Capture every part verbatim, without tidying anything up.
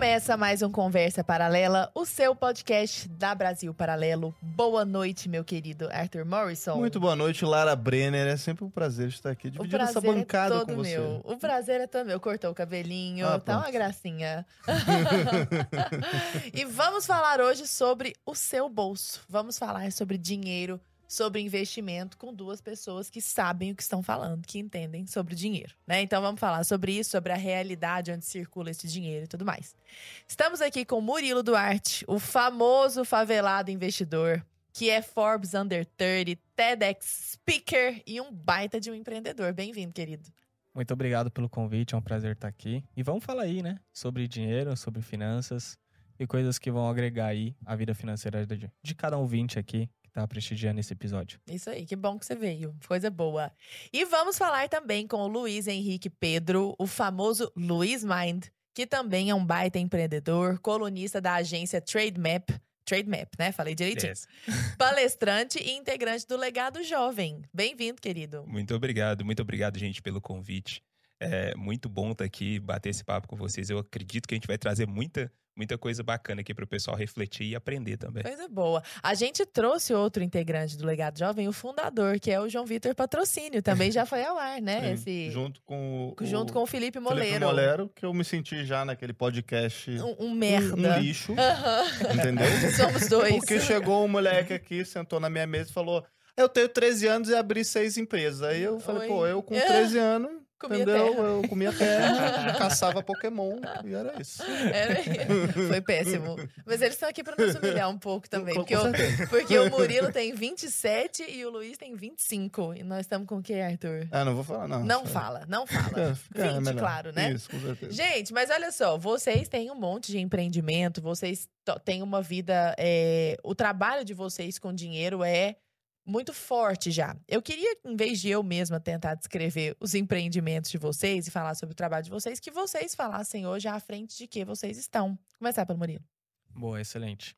Começa mais um Conversa Paralela, o seu podcast da Brasil Paralelo. Boa noite, meu querido Arthur Morrison. Muito boa noite, Lara Brenner. É sempre um prazer estar aqui, dividindo essa bancada é todo com você. Meu. O prazer é todo meu. Cortou o cabelinho, ah, tá uma gracinha. E vamos falar hoje sobre o seu bolso. Vamos falar sobre dinheiro, sobre investimento com duas pessoas que sabem o que estão falando, que entendem sobre dinheiro, né? Então vamos falar sobre isso, sobre a realidade onde circula esse dinheiro e tudo mais. Estamos aqui com Murilo Duarte, o famoso favelado investidor, que é Forbes Under trinta, TEDx Speaker e um baita de um empreendedor. Bem-vindo, querido. Muito obrigado pelo convite, é um prazer estar aqui. E vamos falar aí, né, sobre dinheiro, sobre finanças e coisas que vão agregar aí a vida financeira de, de cada ouvinte aqui tá prestigiando esse episódio. Isso aí, que bom que você veio. Coisa boa. E vamos falar também com o Luiz Henrique Pedro, o famoso Luiz Mind, que também é um baita empreendedor, colunista da agência Trademap. Trademap, né? Falei direitinho. Yes. Palestrante e integrante do Legado Jovem. Bem-vindo, querido. Muito obrigado. Muito obrigado, gente, pelo convite. É muito bom estar aqui, bater esse papo com vocês. Eu acredito que a gente vai trazer muita... Muita coisa bacana aqui para o pessoal refletir e aprender também. Coisa boa. A gente trouxe outro integrante do Legado Jovem, o fundador, que é o João Vitor Patrocínio. Também já foi ao ar, né? Sim, Esse... Junto com o... Junto com o Felipe Moleiro. Felipe Moleiro, que eu me senti já naquele podcast... Um, um merda. Um, um lixo. Uhum. Entendeu? Somos dois. Porque chegou um moleque aqui, sentou na minha mesa e falou... Eu tenho treze anos e abri seis empresas. Aí eu falei, Oi. pô, eu com treze anos... Comia Entendeu? Terra. Eu comia terra, caçava Pokémon e era isso. Era... Foi péssimo. Mas eles estão aqui para nos humilhar um pouco também. Com, porque, com o, porque o Murilo tem vinte e sete e o Luiz tem vinte e cinco. E nós estamos com o que, Arthur? Ah, não vou falar, não. Não fala, não fala. É, vinte, é claro, né? Isso, com certeza. Gente, mas olha só, vocês têm um monte de empreendimento, vocês têm uma vida... É... O trabalho de vocês com dinheiro é... muito forte já. Eu queria, em vez de eu mesma tentar descrever os empreendimentos de vocês e falar sobre o trabalho de vocês, que vocês falassem hoje à frente de que vocês estão. Começar pelo Murilo. Boa, excelente.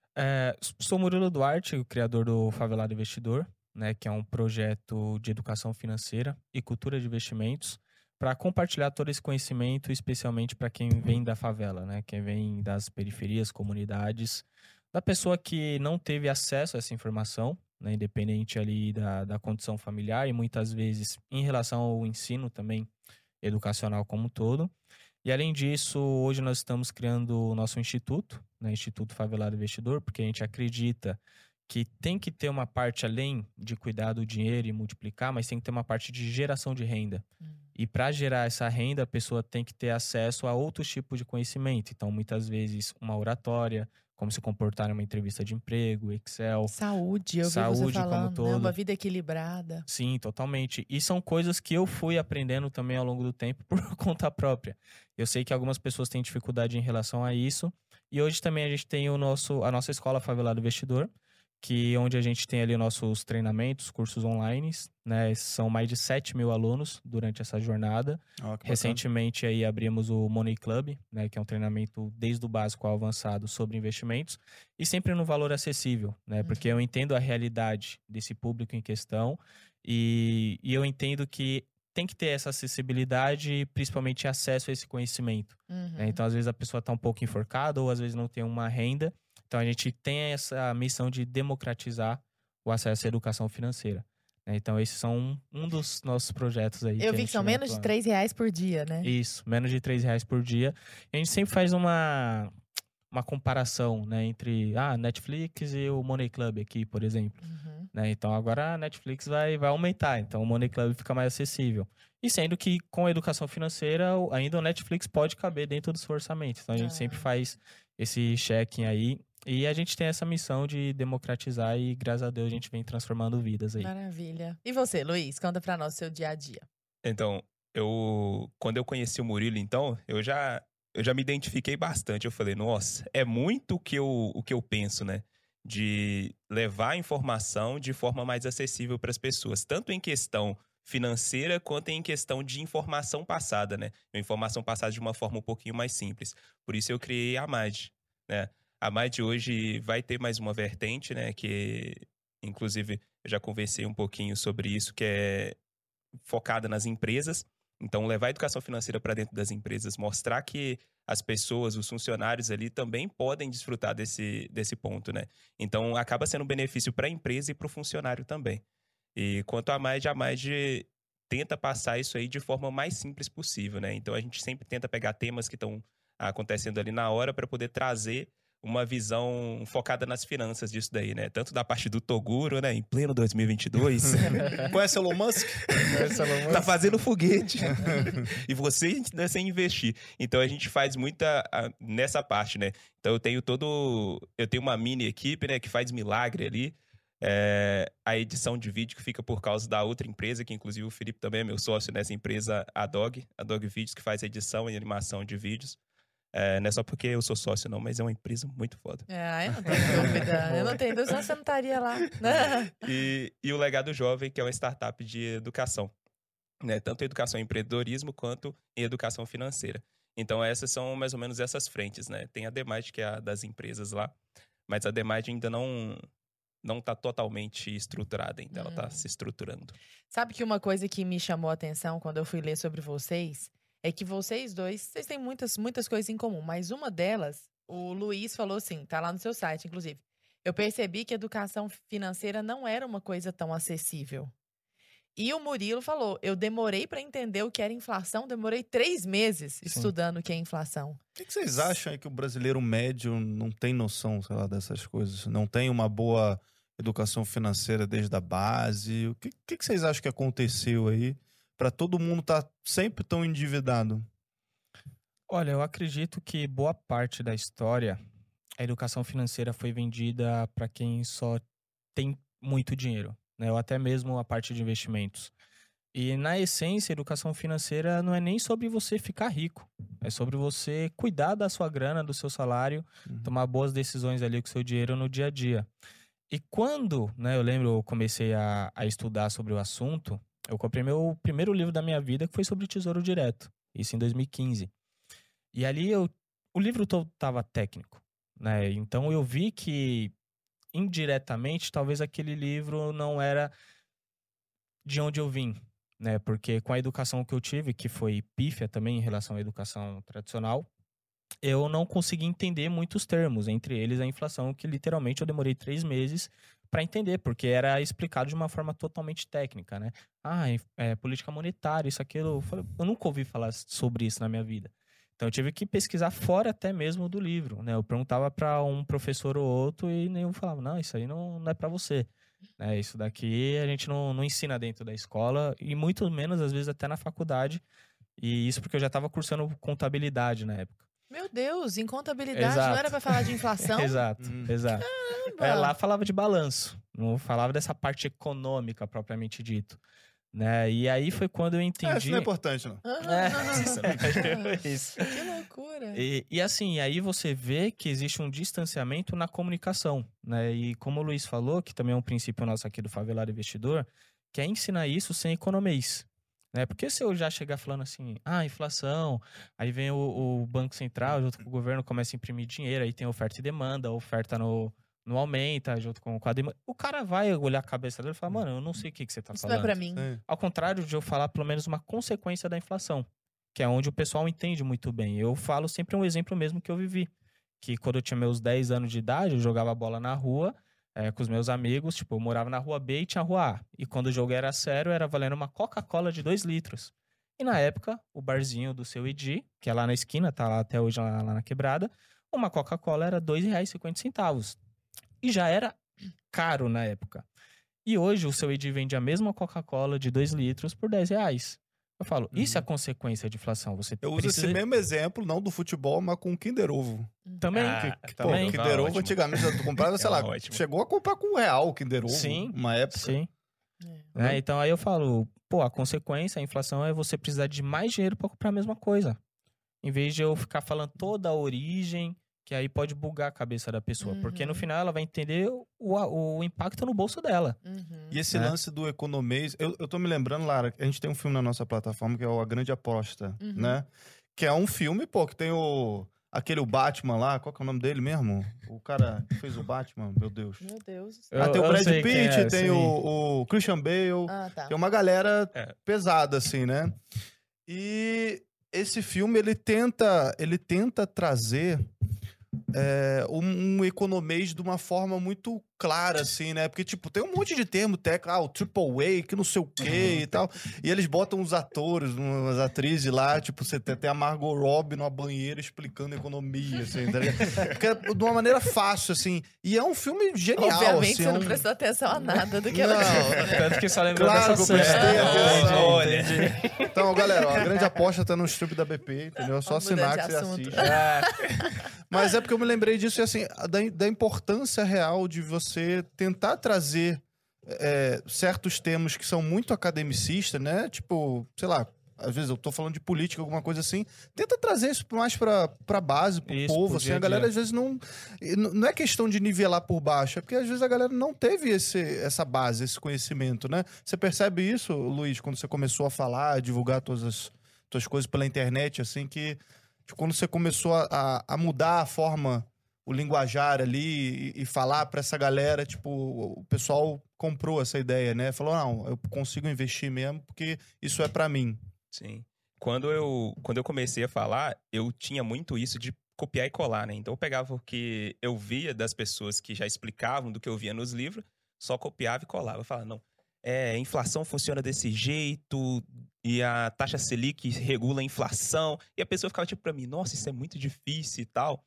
É, sou Murilo Duarte, o criador do Favelado Investidor, né, que é um projeto de educação financeira e cultura de investimentos para compartilhar todo esse conhecimento, especialmente para quem vem da favela, né, quem vem das periferias, comunidades, da pessoa que não teve acesso a essa informação, né, independente ali da, da condição familiar e muitas vezes em relação ao ensino também educacional como um todo. E além disso, hoje nós estamos criando o nosso instituto, né, Instituto Favelado Investidor, porque a gente acredita que tem que ter uma parte além de cuidar do dinheiro e multiplicar, mas tem que ter uma parte de geração de renda. Hum. E para gerar essa renda, a pessoa tem que ter acesso a outros tipos de conhecimento. Então, muitas vezes, uma oratória, como se comportar numa entrevista de emprego, Excel. Saúde, eu saúde vi você falando, como todo. Né? Uma vida equilibrada. Sim, totalmente. E são coisas que eu fui aprendendo também ao longo do tempo por conta própria. Eu sei que algumas pessoas têm dificuldade em relação a isso. E hoje também a gente tem o nosso, a nossa escola Favelado Investidor, que onde a gente tem ali nossos treinamentos, cursos online, né? São mais de sete mil alunos durante essa jornada. Oh, Recentemente aí abrimos o Money Club, né? Que é um treinamento desde o básico ao avançado sobre investimentos e sempre no valor acessível, né? Porque eu entendo a realidade desse público em questão e, e eu entendo que tem que ter essa acessibilidade e principalmente acesso a esse conhecimento. Uhum. Né? Então, às vezes a pessoa está um pouco enforcada ou às vezes não tem uma renda. Então, a gente tem essa missão de democratizar o acesso à educação financeira. Então, esses são um, um dos nossos projetos aí. Eu que vi que são menos atuando. de três reais por dia, né? Isso, menos de três reais por dia. E a gente sempre faz uma, uma comparação, né, entre a ah, Netflix e o Money Club aqui, por exemplo. Uhum. Né? Então, agora a Netflix vai, vai aumentar. Então, o Money Club fica mais acessível. E sendo que, com a educação financeira, ainda o Netflix pode caber dentro do seu orçamento. Então, a gente ah. sempre faz esse checking aí. E a gente tem essa missão de democratizar e, graças a Deus, a gente vem transformando vidas aí. Maravilha. E você, Luiz? Conta pra nós o seu dia a dia. Então, eu... Quando eu conheci o Murilo, então, eu já, eu já me identifiquei bastante. Eu falei, nossa, é muito o que eu, o que eu penso, né? De levar a informação de forma mais acessível para as pessoas. Tanto em questão financeira quanto em questão de informação passada, né? Informação passada de uma forma um pouquinho mais simples. Por isso eu criei a M A D, né? A M A D hoje vai ter mais uma vertente, né? Que, inclusive, eu já conversei um pouquinho sobre isso, que é focada nas empresas. Então, levar a educação financeira para dentro das empresas, mostrar que as pessoas, os funcionários ali também podem desfrutar desse, desse ponto, né? Então, acaba sendo um benefício para a empresa e para o funcionário também. E quanto a mais, jamais de tenta passar isso aí de forma mais simples possível, né? Então, a gente sempre tenta pegar temas que estão acontecendo ali na hora para poder trazer uma visão focada nas finanças disso daí, né? Tanto da parte do Toguro, né? Em pleno dois mil e vinte e dois. Conhece Elon Musk? Conhece Elon Musk? Tá fazendo foguete. E você né, sem investir. Então a gente faz muita a, nessa parte, né? Então eu tenho todo... Eu tenho uma mini equipe, né? Que faz milagre ali. É, a edição de vídeo que fica por causa da outra empresa, que inclusive o Felipe também é meu sócio nessa empresa, a Dog. A Dog Vídeos, que faz edição e animação de vídeos. É, não é só porque eu sou sócio, não, mas é uma empresa muito foda. É, eu não tenho dúvida. Eu não tenho dúvida, senão você não estaria lá. e, e o Legado Jovem, que é uma startup de educação. Né? Tanto em educação em empreendedorismo, quanto em educação financeira. Então, essas são mais ou menos essas frentes, né? Tem a Demind, que é a das empresas lá, mas a Demind ainda não não está totalmente estruturada ainda, hum. ela está se estruturando. Sabe que uma coisa que me chamou a atenção quando eu fui ler sobre vocês é que vocês dois, vocês têm muitas, muitas coisas em comum, mas uma delas, o Luiz falou assim, tá lá no seu site, inclusive. Eu percebi que educação financeira não era uma coisa tão acessível. E o Murilo falou, eu demorei para entender o que era inflação, demorei três meses Sim. estudando o que é inflação. O que, que vocês acham aí que o brasileiro médio não tem noção, sei lá, dessas coisas? Não tem uma boa educação financeira desde a base? O que, que, que vocês acham que aconteceu aí para todo mundo estar tá sempre tão endividado? Olha, eu acredito que boa parte da história, a educação financeira foi vendida para quem só tem muito dinheiro, né? Ou até mesmo a parte de investimentos. E, na essência, a educação financeira não é nem sobre você ficar rico. É sobre você cuidar da sua grana, do seu salário, uhum. tomar boas decisões ali com o seu dinheiro no dia a dia. E quando, né, eu lembro, eu comecei a, a estudar sobre o assunto, eu comprei meu primeiro livro da minha vida, que foi sobre Tesouro Direto. Isso em dois mil e quinze. E ali, eu, o livro todo estava técnico, né? Então, eu vi que, indiretamente, talvez aquele livro não era de onde eu vim, né? Porque com a educação que eu tive, que foi pífia também em relação à educação tradicional, eu não consegui entender muitos termos, entre eles a inflação, que literalmente eu demorei três meses para entender, porque era explicado de uma forma totalmente técnica, né? Ah, é, política monetária, isso, aquilo. Eu, falei, eu nunca ouvi falar sobre isso na minha vida. Então eu tive que pesquisar fora até mesmo do livro, né? Eu perguntava para um professor ou outro e nenhum falava, não, isso aí não, não é para você. Né? Isso daqui a gente não, não ensina dentro da escola e muito menos, às vezes, até na faculdade. E isso porque eu já estava cursando contabilidade na época. Meu Deus, em contabilidade Exato. Não era para falar de inflação? Exato, hum. exato. É, lá falava de balanço, não falava dessa parte econômica propriamente dito. Né? E aí foi quando eu entendi... É, isso não é importante, não. Uhum, é, uhum. isso é isso. Que loucura. E, e assim, aí você vê que existe um distanciamento na comunicação, né? E como o Luiz falou, que também é um princípio nosso aqui do Favelado Investidor, que é ensinar isso sem economês. Né? Porque se eu já chegar falando assim, ah, inflação, aí vem o, o Banco Central, junto com o governo, começa a imprimir dinheiro, aí tem oferta e demanda, a oferta no... não aumenta, junto com a demanda. O cara vai olhar a cabeça dele e falar, mano, eu não sei o que, que você tá Isso falando. não é pra mim. É. Ao contrário de eu falar pelo menos uma consequência da inflação, que é onde o pessoal entende muito bem. Eu falo sempre um exemplo mesmo que eu vivi. Que quando eu tinha meus dez anos de idade, eu jogava bola na rua é, com os meus amigos. Tipo, eu morava na rua B e tinha a rua A. E quando o jogo era sério, era valendo uma Coca-Cola de dois litros. E na época, o barzinho do seu Edi, que é lá na esquina, tá lá até hoje lá, lá na quebrada, uma Coca-Cola era dois reais e cinquenta centavos. E já era caro na época. E hoje o seu Edi vende a mesma Coca-Cola de dois litros por dez reais. Eu falo, uhum. isso é a consequência de inflação. Você Eu precisa... uso esse mesmo exemplo, não do futebol, mas com o Kinder Ovo. Também. Ah, que, também. Pô, Kinder Ovo, antigamente, tu comprava, sei lá, ótimo. chegou a comprar com um real o Kinder Ovo. Sim. Uma época. Sim. É. É, então aí eu falo, pô, a consequência, a inflação é você precisar de mais dinheiro para comprar a mesma coisa. Em vez de eu ficar falando toda a origem, que aí pode bugar a cabeça da pessoa. Uhum. Porque no final ela vai entender o, o impacto no bolso dela. Uhum. E esse né? lance do economês... Eu, eu tô me lembrando, Lara, a gente tem um filme na nossa plataforma que é o A Grande Aposta, uhum. né? Que é um filme, pô, que tem o... Aquele o Batman lá, qual que é o nome dele mesmo? O cara que fez o Batman, meu Deus. Meu Deus. Eu, ah, tem o Brad Pitt, é, tem o, o Christian Bale. Ah, tá. Tem uma galera é. pesada, assim, né? E esse filme, ele tenta, ele tenta trazer é, um, um economês de uma forma muito clara, assim, né? Porque, tipo, tem um monte de termo técnico, ah, o triple A, que não sei o quê e tal. E eles botam uns atores, umas atrizes lá, tipo, você tem a Margot Robbie numa banheira explicando economia, assim, tá ligado? Porque é de uma maneira fácil, assim. E é um filme genial, Obviamente, assim. você é não um... prestou atenção a nada do que Não, ela disse, né? Tanto que só lembrou Claro que dessa eu prestei cena. atenção. Olha. Então, galera, ó, a grande aposta tá no strip da B P, entendeu? É só Vamos mudar assinar de que você assunto. assiste. É. Mas é porque eu me lembrei disso e, assim, da, da importância real de você tentar trazer é, certos termos que são muito academicistas, né? Tipo, sei lá, às vezes eu tô falando de política, alguma coisa assim. Tenta trazer isso mais pra, pra base, pro Isso, povo, pro assim. dia a A galera, dia. às vezes, não... Não é questão de nivelar por baixo, é porque, às vezes, a galera não teve esse, essa base, esse conhecimento, né? Você percebe isso, Luiz, quando você começou a falar, a divulgar todas as tuas coisas pela internet, assim, que... Tipo, quando você começou a, a mudar a forma, o linguajar ali e, e falar pra essa galera, tipo, o pessoal comprou essa ideia, né? Falou, não, eu consigo investir mesmo porque isso é pra mim. Sim. Quando eu, quando eu comecei a falar, eu tinha muito isso de copiar e colar, né? Então eu pegava o que eu via das pessoas que já explicavam do que eu via nos livros, só copiava e colava. Eu falava, não, é, a inflação funciona desse jeito e a taxa Selic regula a inflação. E a pessoa ficava tipo pra mim, nossa, isso é muito difícil e tal.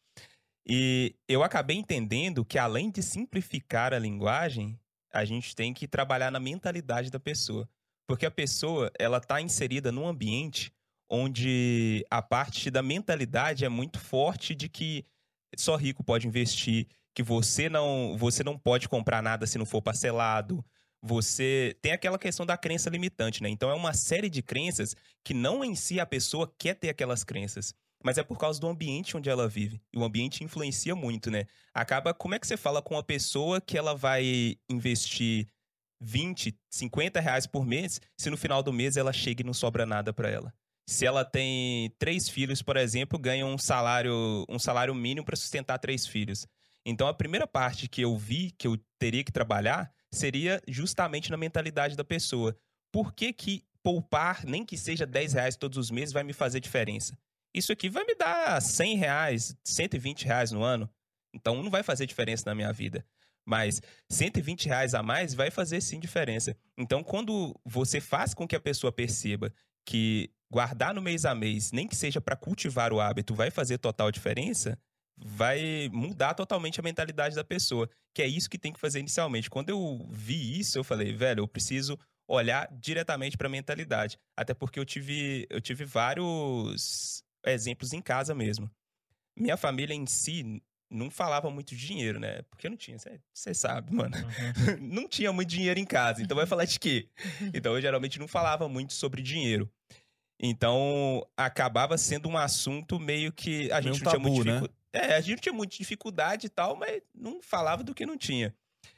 E eu acabei entendendo que além de simplificar a linguagem, a gente tem que trabalhar na mentalidade da pessoa. Porque a pessoa, ela tá inserida num ambiente onde a parte da mentalidade é muito forte de que só rico pode investir, que você não, você não pode comprar nada se não for parcelado. Você tem aquela questão da crença limitante, né? Então é uma série de crenças que não em si a pessoa quer ter aquelas crenças, mas é por causa do ambiente onde ela vive. E o ambiente influencia muito, né? Acaba, como é que você fala com uma pessoa que ela vai investir vinte, cinquenta reais por mês, se no final do mês ela chega e não sobra nada para ela? Se ela tem três filhos, por exemplo, ganha um salário, um salário mínimo para sustentar três filhos. Então, a primeira parte que eu vi que eu teria que trabalhar seria justamente na mentalidade da pessoa. Por que que poupar, nem que seja dez reais todos os meses, vai me fazer diferença? Isso aqui vai me dar cem reais, cento e vinte reais no ano. Então, não vai fazer diferença na minha vida. Mas cento e vinte reais a mais vai fazer sim diferença. Então, quando você faz com que a pessoa perceba que guardar no mês a mês, nem que seja para cultivar o hábito, vai fazer total diferença, vai mudar totalmente a mentalidade da pessoa. Que é isso que tem que fazer inicialmente. Quando eu vi isso, eu falei, velho, eu preciso olhar diretamente para a mentalidade. Até porque eu tive, eu tive vários exemplos em casa mesmo. Minha família em si não falava muito de dinheiro, né? Porque não tinha, você sabe, mano. Uhum. Não tinha muito dinheiro em casa, então vai falar de quê? Então eu geralmente não falava muito sobre dinheiro. Então acabava sendo um assunto meio que a gente meio não tabu, tinha muita dificuldade. Né? É, a gente não tinha muita dificuldade e tal, mas não falava do que não tinha.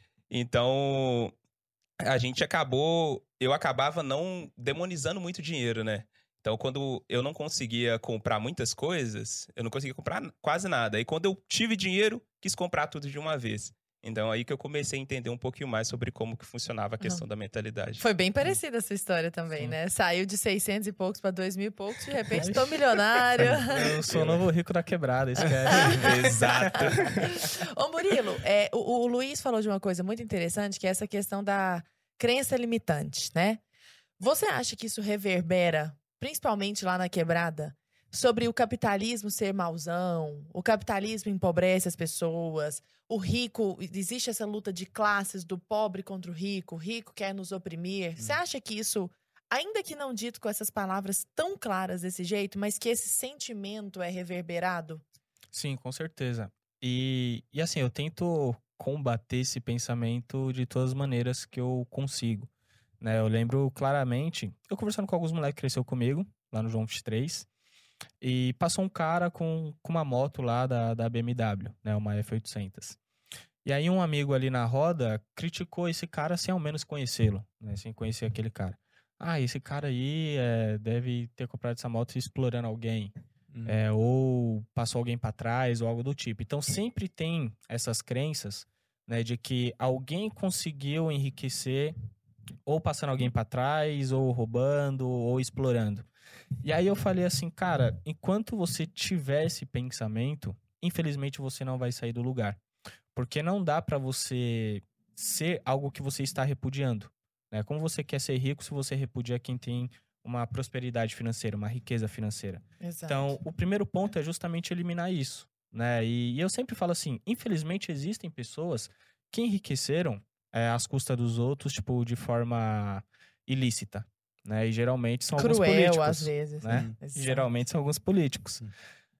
Então a gente acabou, eu acabava não demonizando muito dinheiro, né? Então, quando eu não conseguia comprar muitas coisas, eu não conseguia comprar quase nada. Aí, quando eu tive dinheiro, quis comprar tudo de uma vez. Então, aí que eu comecei a entender um pouquinho mais sobre como que funcionava a questão uhum. da mentalidade. Foi bem parecida a sua história também, Sim. né? Saiu de seiscentos e poucos para dois mil e poucos, de repente tô milionário. Eu sou o novo rico da quebrada, esquece. Exato. Ô, Murilo, é, o, o Luiz falou de uma coisa muito interessante, que é essa questão da crença limitante, né? Você acha que isso reverbera, principalmente lá na quebrada, sobre o capitalismo ser mauzão, o capitalismo empobrece as pessoas, o rico, existe essa luta de classes do pobre contra o rico, o rico quer nos oprimir. Hum. Você acha que isso, ainda que não dito com essas palavras tão claras desse jeito, mas que esse sentimento é reverberado? Sim, com certeza. E, e assim, eu tento combater esse pensamento de todas as maneiras que eu consigo. Né, eu lembro claramente, eu conversando com alguns moleques que cresceu comigo, lá no João vinte e três, e passou um cara com, com uma moto lá da, da B M W, né, uma F oitocentos. E aí um amigo ali na roda criticou esse cara sem ao menos conhecê-lo, né, sem conhecer aquele cara. Ah, esse cara aí é, deve ter comprado essa moto explorando alguém, hum. é, ou passou alguém para trás, ou algo do tipo. Então sempre tem essas crenças, né, de que alguém conseguiu enriquecer ou passando alguém para trás, ou roubando, ou explorando. E aí eu falei assim, cara, enquanto você tiver esse pensamento, infelizmente você não vai sair do lugar. Porque não dá pra você ser algo que você está repudiando, né? Como você quer ser rico se você repudia quem tem uma prosperidade financeira, uma riqueza financeira? Exato. Então, o primeiro ponto é justamente eliminar isso, né? E, e eu sempre falo assim, infelizmente existem pessoas que enriqueceram é, às custas dos outros, tipo, de forma ilícita, né? E geralmente são alguns Cruel, políticos, às vezes, né? né? E Exato. geralmente são alguns políticos. Hum.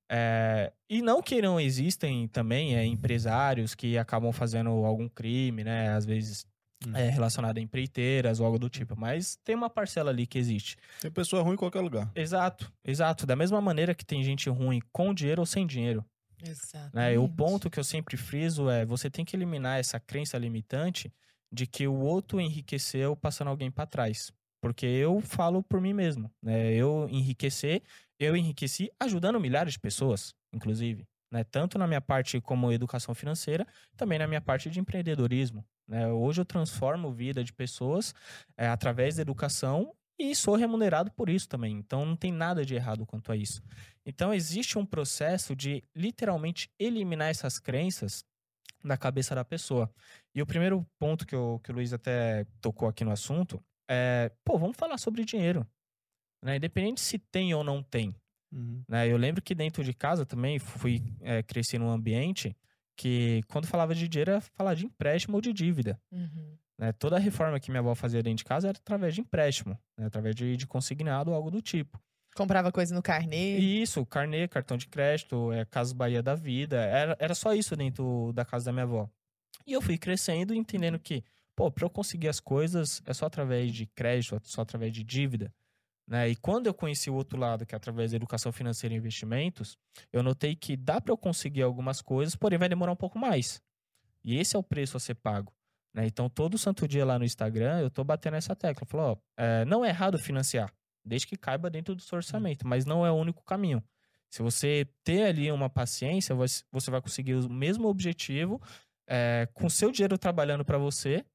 É, e não que não existem também é, empresários que acabam fazendo algum crime, né? Às vezes Hum. é, relacionado a empreiteiras ou algo do tipo. Mas tem uma parcela ali que existe. Tem pessoa ruim em qualquer lugar. Exato, exato. Da mesma maneira que tem gente ruim com dinheiro ou sem dinheiro. Exatamente. Né? E o ponto que eu sempre friso é você tem que eliminar essa crença limitante de que o outro enriqueceu passando alguém para trás. Porque eu falo por mim mesmo, né? Eu enriquecer, eu enriqueci ajudando milhares de pessoas, inclusive, né? Tanto na minha parte como educação financeira, também na minha parte de empreendedorismo, né? Hoje eu transformo a vida de pessoas é, através da educação e sou remunerado por isso também. Então não tem nada de errado quanto a isso. Então existe um processo de literalmente eliminar essas crenças da cabeça da pessoa. E o primeiro ponto que, eu, que o Luiz até tocou aqui no assunto é, pô, vamos falar sobre dinheiro, né? Independente se tem ou não tem, Uhum. né? Eu lembro que dentro de casa também fui é, crescer num ambiente que quando falava de dinheiro era falar de empréstimo ou de dívida, Uhum. né? Toda a reforma que minha avó fazia dentro de casa era através de empréstimo, né? Através de, de consignado ou algo do tipo. Comprava coisa no carnê. E isso, carnê, cartão de crédito, é, Casas Bahia da vida, era, era só isso dentro da casa da minha avó. E eu fui crescendo e entendendo que, pô, pra eu conseguir as coisas é só através de crédito, é só através de dívida, né? E quando eu conheci o outro lado, que é através da educação financeira e investimentos, eu notei que dá pra eu conseguir algumas coisas, porém vai demorar um pouco mais. E esse é o preço a ser pago, né? Então, todo santo dia lá no Instagram, eu tô batendo essa tecla. Eu falo, ó, é, não é errado financiar, desde que caiba dentro do seu orçamento, mas não é o único caminho. Se você ter ali uma paciência, você vai conseguir o mesmo objetivo é, com o seu dinheiro trabalhando para você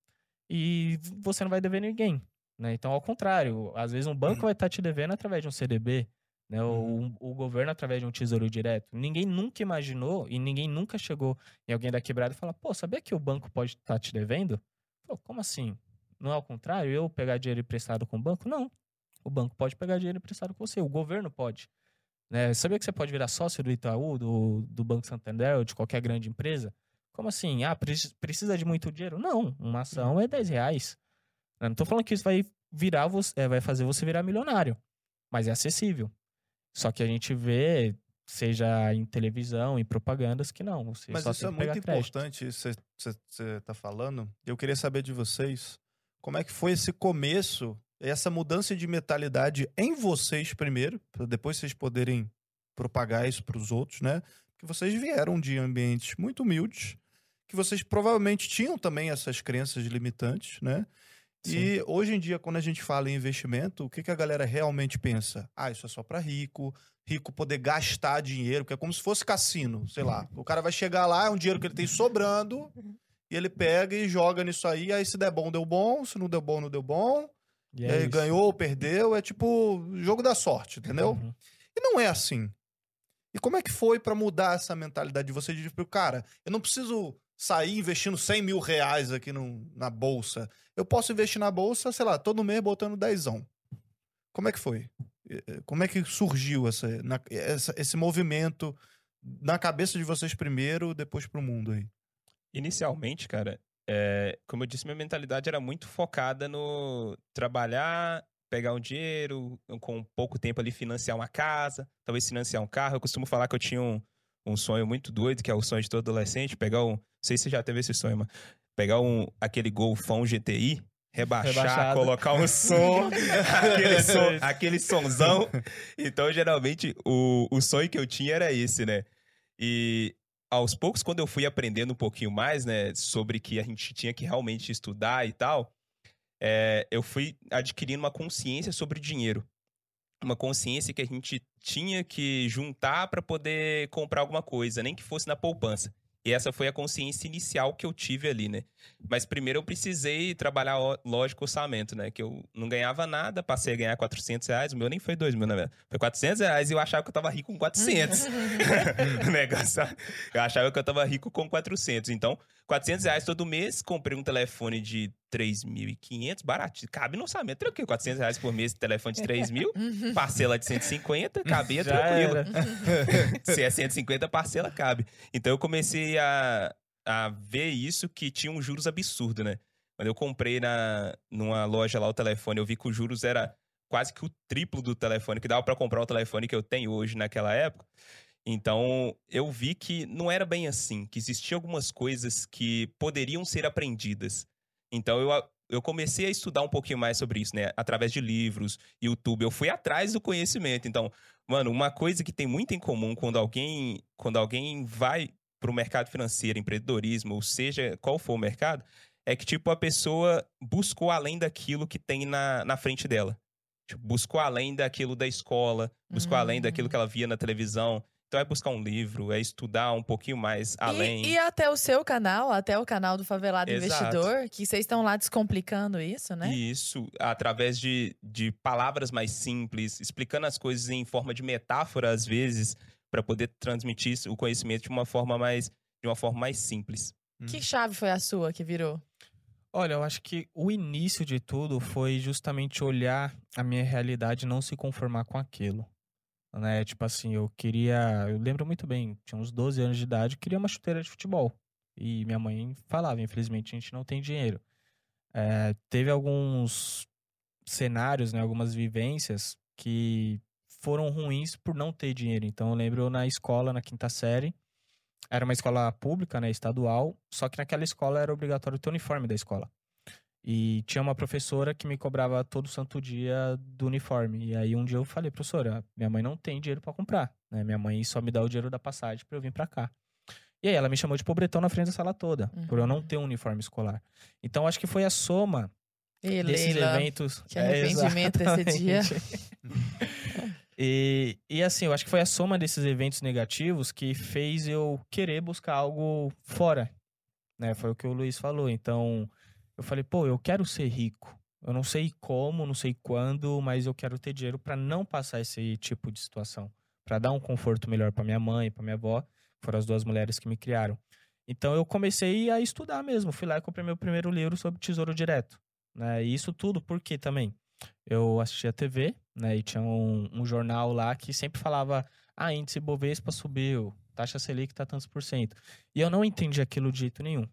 e você não vai dever ninguém, né? Então, ao contrário, às vezes um banco vai estar te devendo através de um C D B, né? Ou o governo através de um tesouro direto. Ninguém nunca imaginou e ninguém nunca chegou em alguém da quebrada e falou, pô, sabia que o banco pode estar te devendo? Pô, como assim? Não é ao contrário? Eu pegar dinheiro emprestado com o banco? Não. O banco pode pegar dinheiro emprestado com você, o governo pode. Né? Sabia que você pode virar sócio do Itaú, do, do Banco Santander ou de qualquer grande empresa? Como assim? Ah, precisa de muito dinheiro? Não, uma ação é dez reais. Eu não tô falando que isso vai virar você, é, vai fazer você virar milionário, mas é acessível. Só que a gente vê, seja em televisão, em propagandas, que não. Você Mas só isso tem é que muito pegar crédito. importante, isso que você está falando. Eu queria saber de vocês, como é que foi esse começo, essa mudança de mentalidade em vocês primeiro, para depois vocês poderem propagar isso para os outros, né? Porque vocês vieram de ambientes muito humildes, que vocês provavelmente tinham também essas crenças limitantes, né? Sim. E hoje em dia, quando a gente fala em investimento, o que, que a galera realmente pensa? Ah, isso é só para rico, rico poder gastar dinheiro, que é como se fosse cassino, sei lá. O cara vai chegar lá, é um dinheiro que ele tem sobrando, e ele pega e joga nisso aí, aí se der bom, deu bom, se não deu bom, não deu bom, E e é aí isso. ganhou ou perdeu, é tipo jogo da sorte, entendeu? Uhum. E não é assim. E como é que foi pra mudar essa mentalidade de você de tipo, cara, eu não preciso sair investindo cem mil reais aqui no, na bolsa. Eu posso investir na bolsa, sei lá, todo mês botando dezão. Como é que foi? Como é que surgiu essa, na, essa, esse movimento na cabeça de vocês primeiro, depois pro mundo aí? Inicialmente, cara, é, como eu disse, minha mentalidade era muito focada no trabalhar, pegar um dinheiro, com pouco tempo ali financiar uma casa, talvez financiar um carro. Eu costumo falar que eu tinha um, um sonho muito doido, que é o sonho de todo adolescente, pegar um... Não sei se você já teve esse sonho, mas pegar um, aquele Golfão G T I, rebaixar, Rebaixado. colocar um som, aquele, som aquele sonzão. Então, geralmente, o, o sonho que eu tinha era esse, né? E aos poucos, quando eu fui aprendendo um pouquinho mais, né, sobre que a gente tinha que realmente estudar e tal, é, eu fui adquirindo uma consciência sobre dinheiro. Uma consciência que a gente tinha que juntar para poder comprar alguma coisa, nem que fosse na poupança. E essa foi a consciência inicial que eu tive ali, né? Mas primeiro eu precisei trabalhar, lógico, orçamento, né? Que eu não ganhava nada, passei a ganhar quatrocentos reais. O meu nem foi dois mil, na verdade. Foi quatrocentos reais e eu achava que eu tava rico com quatrocentos. O negócio, eu achava que eu tava rico com quatrocentos. Então, quatrocentos reais todo mês, comprei um telefone de três mil e quinhentos, baratinho. Cabe no orçamento, tranquilo. quatrocentos reais por mês, telefone de três mil, parcela de cento e cinquenta, cabia Já tranquilo. era. Se é cento e cinquenta, parcela cabe. Então eu comecei a, a ver isso, que tinha um juros absurdo, né? Quando eu comprei na, numa loja lá o telefone, eu vi que os juros era quase que o triplo do telefone, que dava pra comprar o telefone que eu tenho hoje naquela época. Então, eu vi que não era bem assim, que existiam algumas coisas que poderiam ser aprendidas. Então, eu, eu comecei a estudar um pouquinho mais sobre isso, né? Através de livros, YouTube. Eu fui atrás do conhecimento. Então, mano, uma coisa que tem muito em comum quando alguém, quando alguém vai pro mercado financeiro, empreendedorismo, ou seja, qual for o mercado, é que, tipo, a pessoa buscou além daquilo que tem na, na frente dela. Tipo, buscou além daquilo da escola, buscou Hum. além daquilo que ela via na televisão. Então é buscar um livro, é estudar um pouquinho mais além. E, e até o seu canal, até o canal do Favelado Exato. Investidor, que vocês estão lá descomplicando isso, né? Isso, através de, de palavras mais simples, explicando as coisas em forma de metáfora, às vezes, para poder transmitir o conhecimento de uma forma mais, de uma forma mais simples. Que chave foi a sua que virou? Olha, eu acho que o início de tudo foi justamente olhar a minha realidade e não se conformar com aquilo. Né? Tipo assim, eu queria. Eu lembro muito bem, tinha uns doze anos de idade, eu queria uma chuteira de futebol. E minha mãe falava, infelizmente, a gente não tem dinheiro. É, teve alguns cenários, né, algumas vivências que foram ruins por não ter dinheiro. Então eu lembro eu na escola, na quinta série, era uma escola pública, né, estadual, só que naquela escola era obrigatório ter o uniforme da escola. E tinha uma professora que me cobrava todo santo dia do uniforme. E aí um dia eu falei, professora, minha mãe não tem dinheiro pra comprar, né? Minha mãe só me dá o dinheiro da passagem pra eu vir pra cá. E aí ela me chamou de pobretão na frente da sala toda, Uhum. por eu não ter um uniforme escolar. Então acho que foi a soma E desses Leila, eventos. que arrependimento É, esse dia. e, e assim, eu acho que foi a soma desses eventos negativos que fez eu querer buscar algo fora, né? Foi o que o Luiz falou. Então, eu falei, pô, eu quero ser rico. Eu não sei como, não sei quando, mas eu quero ter dinheiro para não passar esse tipo de situação, para dar um conforto melhor para minha mãe, para minha avó, que foram as duas mulheres que me criaram. Então, eu comecei a estudar mesmo. Fui lá e comprei meu primeiro livro sobre Tesouro Direto, né? E isso tudo porque também eu assistia T V, né? E tinha um, um jornal lá que sempre falava, ah, índice Bovespa subiu, taxa Selic tá tantos por cento. E eu não entendi aquilo de jeito nenhum.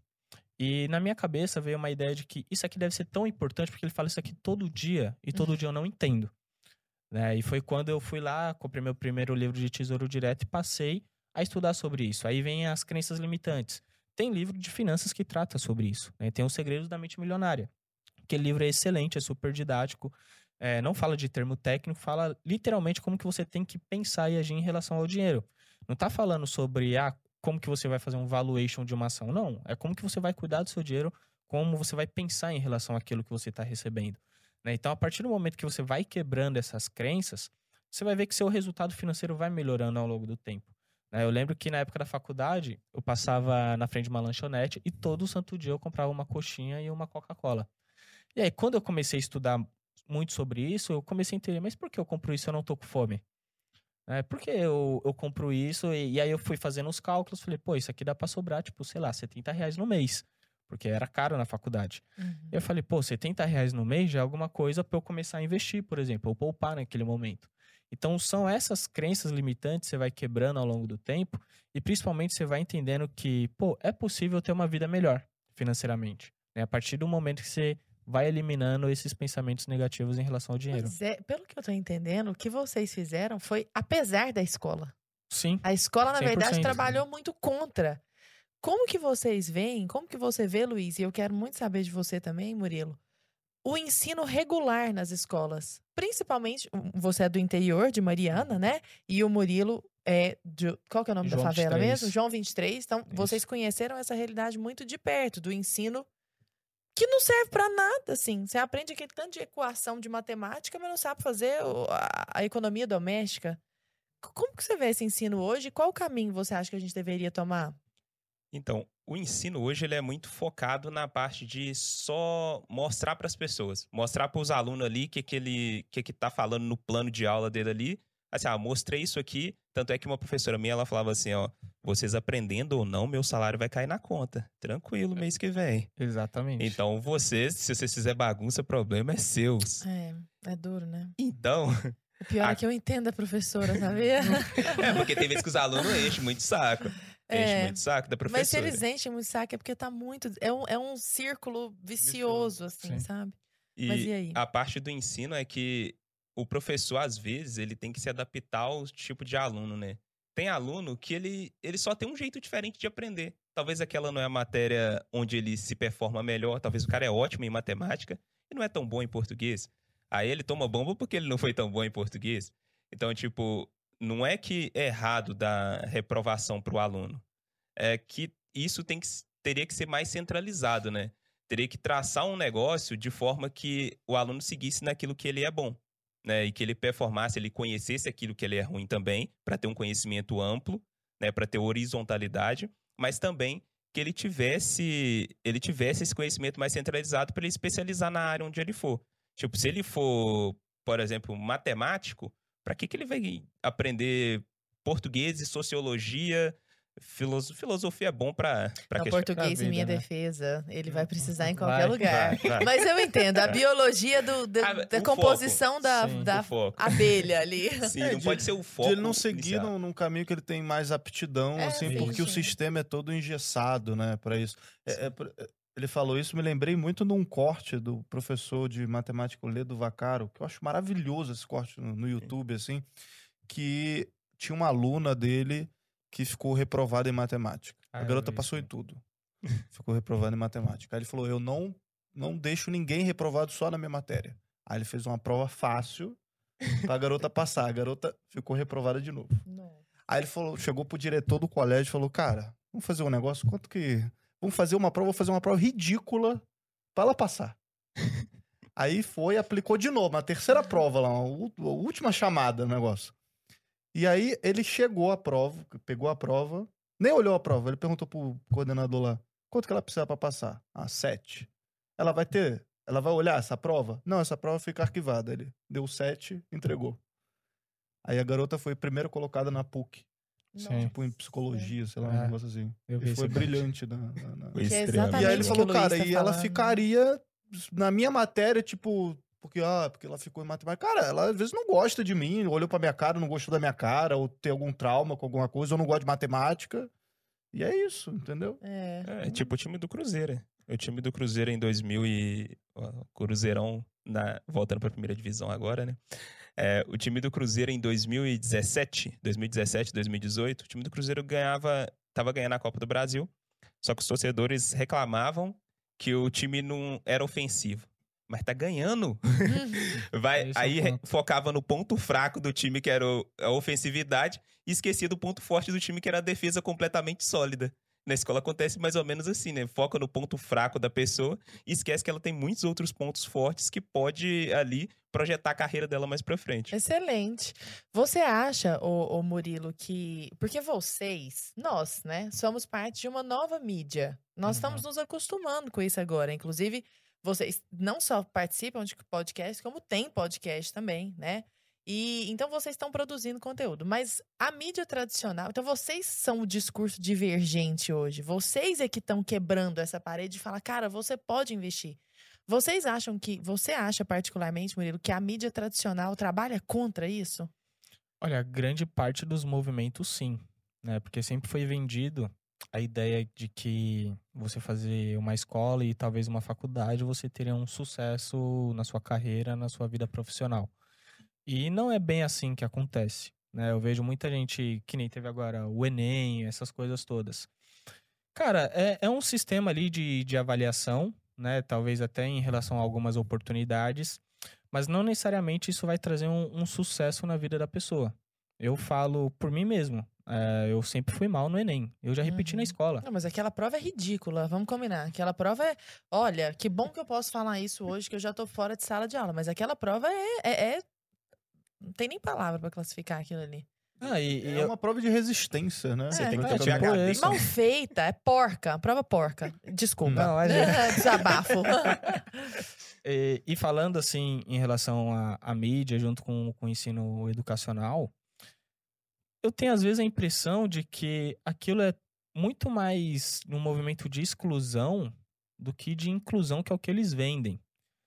E na minha cabeça veio uma ideia de que isso aqui deve ser tão importante porque ele fala isso aqui todo dia e todo dia eu não entendo, né? E foi quando eu fui lá, comprei meu primeiro livro de Tesouro Direto e passei a estudar sobre isso. Aí vem as crenças limitantes. Tem livro de finanças que trata sobre isso, né? Tem Os Segredos da Mente Milionária. Aquele livro é excelente, é super didático, é, não fala de termo técnico, fala literalmente como que você tem que pensar e agir em relação ao dinheiro. Não tá falando sobre, ah, como que você vai fazer um valuation de uma ação. Não, é como que você vai cuidar do seu dinheiro, como você vai pensar em relação àquilo que você está recebendo, né? Então, a partir do momento que você vai quebrando essas crenças, você vai ver que seu resultado financeiro vai melhorando ao longo do tempo, né? Eu lembro que na época da faculdade, eu passava na frente de uma lanchonete e todo santo dia eu comprava uma coxinha e uma Coca-Cola. E aí, quando eu comecei a estudar muito sobre isso, eu comecei a entender, mas por que eu compro isso e eu não tô com fome? É, por que eu, eu compro isso? E, e aí eu fui fazendo os cálculos, falei, pô, isso aqui dá pra sobrar, tipo, sei lá, setenta reais no mês. Porque era caro na faculdade. Uhum. Eu falei, pô, setenta reais no mês já é alguma coisa pra eu começar a investir, por exemplo, ou poupar naquele momento. Então, são essas crenças limitantes que você vai quebrando ao longo do tempo e principalmente você vai entendendo que, pô, é possível ter uma vida melhor financeiramente, né? A partir do momento que você vai eliminando esses pensamentos negativos em relação ao dinheiro. Pois é, pelo que eu tô entendendo, o que vocês fizeram foi apesar da escola. Sim. A escola, na cem por cento. verdade, trabalhou muito contra. Como que vocês veem, como que você vê, Luiz, e eu quero muito saber de você também, Murilo, o ensino regular nas escolas? Principalmente, você é do interior, de Mariana, né? E o Murilo é de... Qual que é o nome João da favela vinte e três. mesmo? João vinte e três. Então, Isso. vocês conheceram essa realidade muito de perto, do ensino que não serve pra nada, assim. Você aprende aquele tanto de equação de matemática, mas não sabe fazer o- a, a economia doméstica. C- Como que você vê esse ensino hoje? Qual o caminho você acha que a gente deveria tomar? Então, o ensino hoje ele é muito focado na parte de só mostrar para as pessoas, mostrar para os alunos ali o que, que ele que que tá falando no plano de aula dele ali. Assim, ah, mostrei isso aqui, tanto é que uma professora minha, ela falava assim, ó, vocês aprendendo ou não, meu salário vai cair na conta. Tranquilo, mês que vem. Exatamente. Então, vocês, se vocês fizerem bagunça, o problema é seus. É, é duro, né? Então, O pior A- é que eu entendo a professora, sabia? é porque tem vezes que os alunos enchem muito saco. Enchem É, muito saco da Mas se professora. eles enchem muito saco é porque tá muito. É um, é um círculo vicioso, assim, Sim. sabe? E, Mas e aí? a parte do ensino é que o professor, às vezes, ele tem que se adaptar ao tipo de aluno, né? Tem aluno que ele, ele só tem um jeito diferente de aprender. Talvez aquela não é a matéria onde ele se performa melhor. Talvez o cara é ótimo em matemática e não é tão bom em português. Aí ele toma bomba porque ele não foi tão bom em português. Então, tipo, não é que é errado dar reprovação pro aluno. É que isso tem que, teria que ser mais centralizado, né? Teria que traçar um negócio de forma que o aluno seguisse naquilo que ele é bom, né? E que ele performasse, ele conhecesse aquilo que ele é ruim também, para ter um conhecimento amplo, né? Para ter horizontalidade, mas também que ele tivesse, ele tivesse esse conhecimento mais centralizado para ele especializar na área onde ele for. Tipo, se ele for, por exemplo, matemático, para que que ele vai aprender português e sociologia? Filoso- filosofia é bom para para No pra português, em vida, minha né? defesa, ele vai precisar em Vai, qualquer lugar. vai, vai. Mas eu entendo, a biologia do, do- Ah, da o composição da, Sim, da o foco. abelha ali. Sim, É, não de- pode ser o De foco ele não seguir inicial. num, num caminho que ele tem mais aptidão, É, assim, sim, porque o sim. sistema é todo engessado, né, para isso. É- é por- é- ele falou isso, me lembrei muito num corte do professor de matemática, o Ledo Vaccaro, que eu acho maravilhoso esse corte no, no YouTube, assim, que tinha uma aluna dele que ficou reprovada em matemática. Ah, A eu garota vi passou em isso. tudo. Ficou reprovada em matemática. Aí ele falou, eu não, não deixo ninguém reprovado só na minha matéria. Aí ele fez uma prova fácil pra garota passar. A garota ficou reprovada de novo. Aí ele falou, chegou pro diretor do colégio e falou, cara, vamos fazer um negócio, quanto que... Vamos fazer uma prova, vou fazer uma prova ridícula pra ela passar. Aí foi, aplicou de novo, uma terceira prova lá, uma ú- a última chamada do negócio. E aí ele chegou à prova, pegou a prova, nem olhou a prova, ele perguntou pro coordenador lá, quanto que ela precisa pra passar? Ah, sete. Ela vai ter, ela vai olhar essa prova? Não, essa prova fica arquivada. Ele deu sete, entregou. Aí a garota foi primeiro colocada na PUC, Sim. tipo em psicologia, sei lá, um É, negócio assim. eu vi E foi esse brilhante. Na, na- na- Foi Que é extremo. exatamente E aí ele o falou, que o Luiz cara, tá e ela falando. ficaria na minha matéria, tipo, porque, ah, porque ela ficou em matemática. Cara, ela às vezes não gosta de mim, olhou pra minha cara, não gostou da minha cara, ou tem algum trauma com alguma coisa, ou não gosta de matemática. E é isso, entendeu? É. É tipo o time do Cruzeiro. é. O time do Cruzeiro em dois mil e... ó, Cruzeirão, na... voltando pra primeira divisão agora, né? É, o time do Cruzeiro em dois mil e dezessete, dois mil e dezessete, dois mil e dezoito, o time do Cruzeiro ganhava, tava ganhando a Copa do Brasil, só que os torcedores reclamavam que o time não era ofensivo. Mas tá ganhando. Vai, Esse é o aí re- ponto. focava no ponto fraco do time, que era o- a ofensividade, e esquecia do ponto forte do time, que era a defesa completamente sólida. Na escola acontece mais ou menos assim, né? Foca no ponto fraco da pessoa e esquece que ela tem muitos outros pontos fortes que pode ali projetar a carreira dela mais pra frente. Excelente. Você acha, ô, ô Murilo, que. Porque vocês, nós, né, somos parte de uma nova mídia. Nós Uhum. estamos nos acostumando com isso agora. Inclusive, vocês não só participam de podcast, como tem podcast também, né? E então vocês estão produzindo conteúdo. Mas a mídia tradicional. Então, vocês são o discurso divergente hoje. Vocês é que estão quebrando essa parede e falam, cara, você pode investir. Vocês acham que. Você acha, particularmente, Murilo, que a mídia tradicional trabalha contra isso? Olha, grande parte dos movimentos sim, né? Porque sempre foi vendido a ideia de que você fazer uma escola e talvez uma faculdade, você teria um sucesso na sua carreira, na sua vida profissional. E não é bem assim que acontece, né? Eu vejo muita gente, que nem teve agora o Enem, essas coisas todas. Cara, é, é um sistema ali de, de avaliação, né? Talvez até em relação a algumas oportunidades, mas não necessariamente isso vai trazer um, um sucesso na vida da pessoa. Eu falo por mim mesmo. É, eu sempre fui mal no Enem. Eu já repeti Uhum. na escola. Não, mas aquela prova é ridícula, vamos combinar. Aquela prova é. Olha, que bom que eu posso falar isso hoje, que eu já tô fora de sala de aula. Mas aquela prova é. é- é- Não tem nem palavra pra classificar aquilo ali. Ah, e, e É eu- uma prova de resistência, né? Você tem que é, ter tipo H D. isso. Mal feita, é porca, prova porca. Desculpa. Não, imagina. Desabafo. E, e falando assim em relação à, à mídia junto com, com o ensino educacional, eu tenho às vezes a impressão de que aquilo é muito mais um movimento de exclusão do que de inclusão, que é o que eles vendem,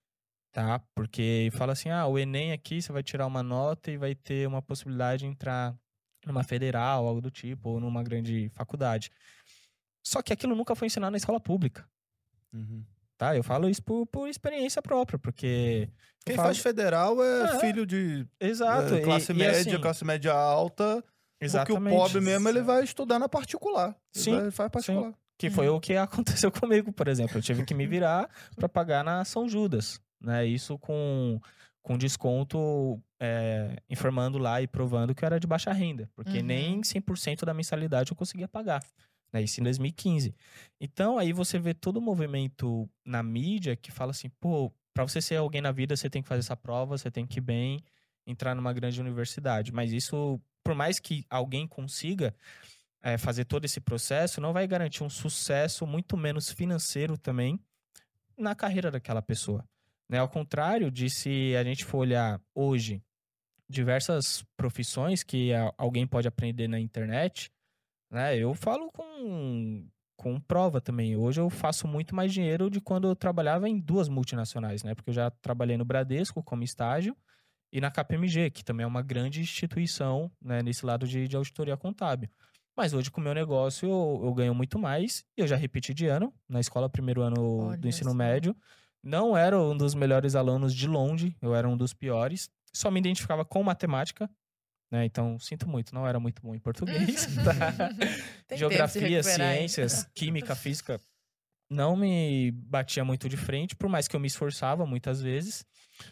tá? Porque fala assim, ah, o Enem aqui você vai tirar uma nota e vai ter uma possibilidade de entrar numa federal, algo do tipo, ou numa grande faculdade. Só que aquilo nunca foi ensinado na escola pública. Uhum. Tá, eu falo isso por, por experiência própria, porque... Quem eu falo- faz federal é É. filho de Exato. é, classe e, e média, assim, classe média alta. exatamente. Porque o pobre mesmo, ele vai estudar na particular. Ele Sim, vai, faz particular. Que foi o que aconteceu comigo, por exemplo. Eu tive que me virar para pagar na São Judas, né? Isso com, com desconto, é, informando lá e provando que eu era de baixa renda. Porque Uhum. nem cem por cento da mensalidade eu conseguia pagar. Né? Isso em dois mil e quinze. Então, aí você vê todo o movimento na mídia que fala assim, pô, para você ser alguém na vida, você tem que fazer essa prova, você tem que ir bem, entrar numa grande universidade. Mas isso, por mais que alguém consiga é, fazer todo esse processo, não vai garantir um sucesso, muito menos financeiro também, na carreira daquela pessoa. Né? Ao contrário de se a gente for olhar hoje diversas profissões que a- alguém pode aprender na internet, né? Eu falo com, com prova também. Hoje eu faço muito mais dinheiro de quando eu trabalhava em duas multinacionais, né? Porque eu já trabalhei no Bradesco como estágio e na K P M G, que também é uma grande instituição, né, nesse lado de, de auditoria contábil. Mas hoje, com o meu negócio, eu, eu ganho muito mais. E eu já repeti de ano, na escola, primeiro ano Olha do ensino só. médio. Não era um dos melhores alunos de longe, eu era um dos piores. Só me identificava com matemática, né? Então, sinto muito, não era muito bom em português. Tá? Tem tempo de Geografia, recuperar ainda. ciências, química, física, não me batia muito de frente, por mais que eu me esforçava muitas vezes.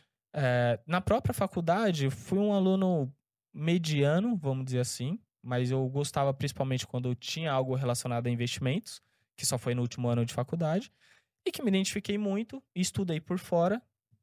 É, na própria faculdade, eu fui um aluno mediano, vamos dizer assim, mas eu gostava principalmente quando eu tinha algo relacionado a investimentos, que só foi no último ano de faculdade, e que me identifiquei muito e estudei por fora,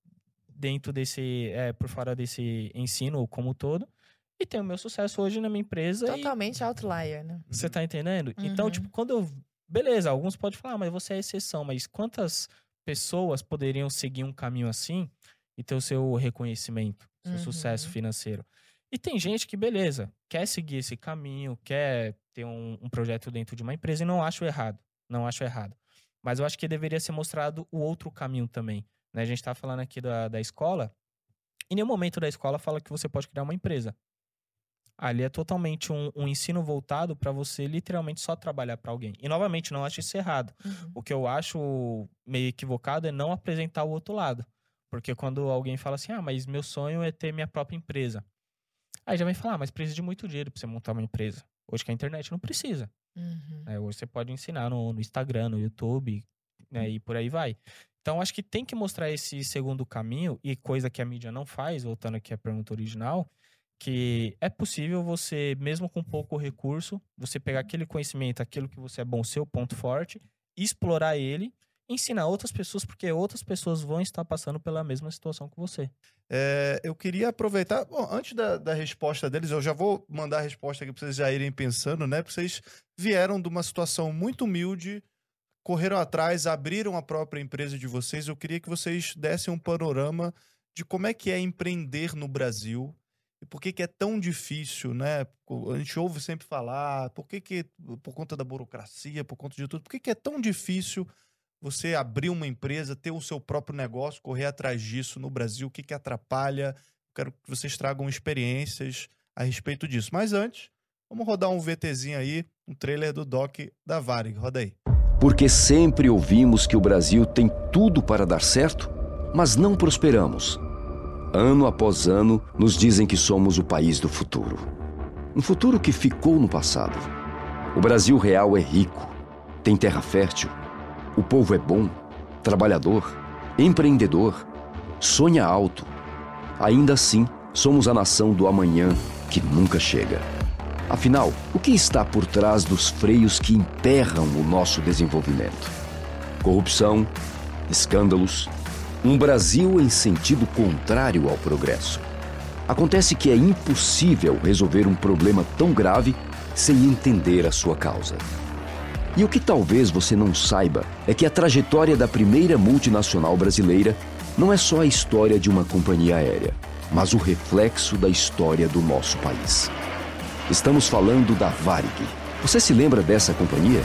dentro desse, é, por fora desse ensino como um todo, e tenho meu sucesso hoje na minha empresa. e Totalmente outlier, né? Você tá entendendo? Então, Uhum. tipo, quando eu... Beleza, alguns podem falar, ah, mas você é exceção, mas quantas pessoas poderiam seguir um caminho assim e ter o seu reconhecimento, seu Uhum. sucesso financeiro? E tem gente que, beleza, quer seguir esse caminho, quer ter um, um projeto dentro de uma empresa e não acho errado, não acho errado. Mas eu acho que deveria ser mostrado o outro caminho também, né? A gente tá falando aqui da, da escola, em nenhum momento da escola fala que você pode criar uma empresa. Ali é totalmente um, um ensino voltado para você literalmente só trabalhar para alguém. E novamente, não acho isso errado. Uhum. O que eu acho meio equivocado é não apresentar o outro lado. Porque quando alguém fala assim, ah, mas meu sonho é ter minha própria empresa. Aí já vai falar, ah, mas precisa de muito dinheiro para você montar uma empresa. Hoje que a internet não precisa. Uhum. Né? Hoje você pode ensinar no, no Instagram, no YouTube, né? E por aí vai. Então, acho que tem que mostrar esse segundo caminho, e coisa que a mídia não faz, voltando aqui à pergunta original, que é possível você, mesmo com pouco recurso, você pegar aquele conhecimento, aquilo que você é bom, seu ponto forte, explorar ele, ensinar outras pessoas, porque outras pessoas vão estar passando pela mesma situação que você. É, eu queria aproveitar. Bom, antes da, da resposta deles, eu já vou mandar a resposta aqui para vocês já irem pensando, né? Porque vocês vieram de uma situação muito humilde, correram atrás, abriram a própria empresa de vocês. Eu queria que vocês dessem um panorama de como é que é empreender no Brasil e por que, que é tão difícil, né? A gente ouve sempre falar, por que, que por conta da burocracia, por conta de tudo, por que, que é tão difícil você abrir uma empresa, ter o seu próprio negócio, correr atrás disso no Brasil? O que, que atrapalha? Quero que vocês tragam experiências a respeito disso. Mas antes, vamos rodar um VTzinho aí, um trailer do Doc da Varig. Roda aí. Porque sempre ouvimos que o Brasil tem tudo para dar certo, mas não prosperamos. Ano após ano, nos dizem que somos o país do futuro. Um futuro que ficou no passado. O Brasil real é rico, tem terra fértil, o povo é bom, trabalhador, empreendedor, sonha alto. Ainda assim, somos a nação do amanhã que nunca chega. Afinal, o que está por trás dos freios que emperram o nosso desenvolvimento? Corrupção, escândalos, um Brasil em sentido contrário ao progresso. Acontece que é impossível resolver um problema tão grave sem entender a sua causa. E o que talvez você não saiba é que a trajetória da primeira multinacional brasileira não é só a história de uma companhia aérea, mas o reflexo da história do nosso país. Estamos falando da Varig. Você se lembra dessa companhia?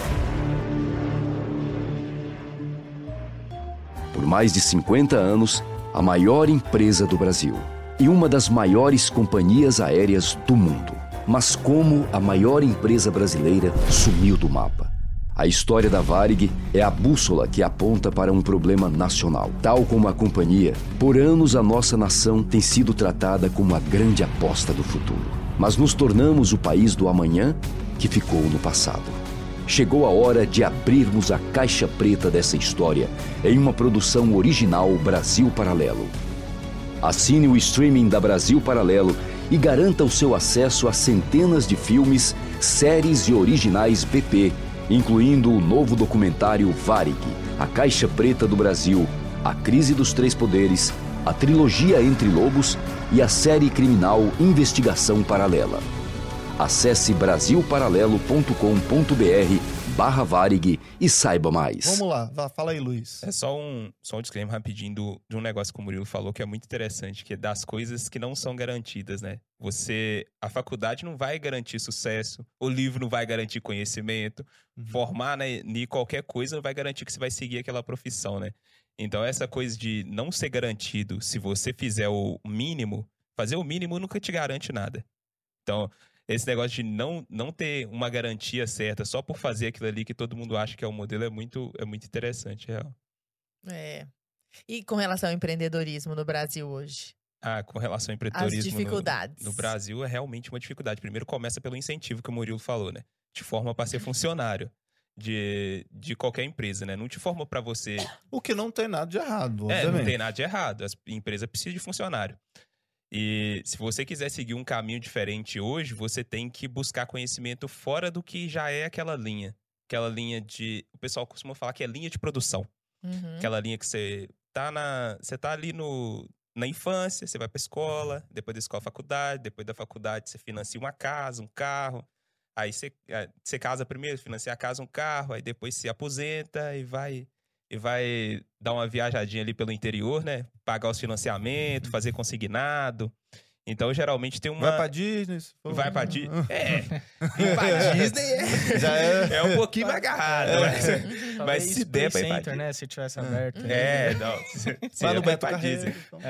Por mais de cinquenta anos, a maior empresa do Brasil e uma das maiores companhias aéreas do mundo. Mas como a maior empresa brasileira sumiu do mapa? A história da Varig é a bússola que aponta para um problema nacional. Tal como a companhia, por anos a nossa nação tem sido tratada como a grande aposta do futuro. Mas nos tornamos o país do amanhã que ficou no passado. Chegou a hora de abrirmos a caixa preta dessa história em uma produção original Brasil Paralelo. Assine o streaming da Brasil Paralelo e garanta o seu acesso a centenas de filmes, séries e originais B P, incluindo o novo documentário Varig, A Caixa Preta do Brasil, A Crise dos Três Poderes, a trilogia Entre Lobos e a série criminal Investigação Paralela. Acesse brasil paralelo ponto com ponto b r barra Varig e saiba mais. Vamos lá, vá, fala aí, Luiz. É só um, só um disclaimer rapidinho do, de um negócio que o Murilo falou que é muito interessante, que é das coisas que não são garantidas, né? Você, a faculdade não vai garantir sucesso, o livro não vai garantir conhecimento, uhum. formar, né, em qualquer coisa não vai garantir que você vai seguir aquela profissão, né? Então essa coisa de não ser garantido, se você fizer o mínimo, fazer o mínimo nunca te garante nada. Então, esse negócio de não, não ter uma garantia certa só por fazer aquilo ali que todo mundo acha que é o modelo é muito, é muito interessante, real. É. E com relação ao empreendedorismo no Brasil hoje? Ah, com relação ao empreendedorismo As dificuldades. No, no Brasil é realmente uma dificuldade. Primeiro começa pelo incentivo que o Murilo falou, né? Te forma para ser funcionário de, de qualquer empresa, né? Não te forma para você... O que não tem nada de errado, É, obviamente. não tem nada de errado. A empresa precisa de funcionário. E se você quiser seguir um caminho diferente hoje, você tem que buscar conhecimento fora do que já é aquela linha. Aquela linha de... O pessoal costuma falar que é linha de produção. Uhum. Aquela linha que você tá, na, você tá ali no, na infância, você vai pra escola, depois da escola, faculdade, depois da faculdade você financia uma casa, um carro. Aí você, você casa primeiro, financia a casa, um carro, aí depois se aposenta e vai... E vai dar uma viajadinha ali pelo interior, né? Pagar os financiamentos, fazer consignado. Então, geralmente tem uma... Vai pra Disney? Se for... Vai pra Disney? É. Ir pra Disney é... Já é... é um pouquinho mais agarrado. É. Mas, mas se der pra ir pra Center, né? Se tivesse aberto. É, não. Se, se Vai é no pra ir Beto pra Carreiro. Disney. Então.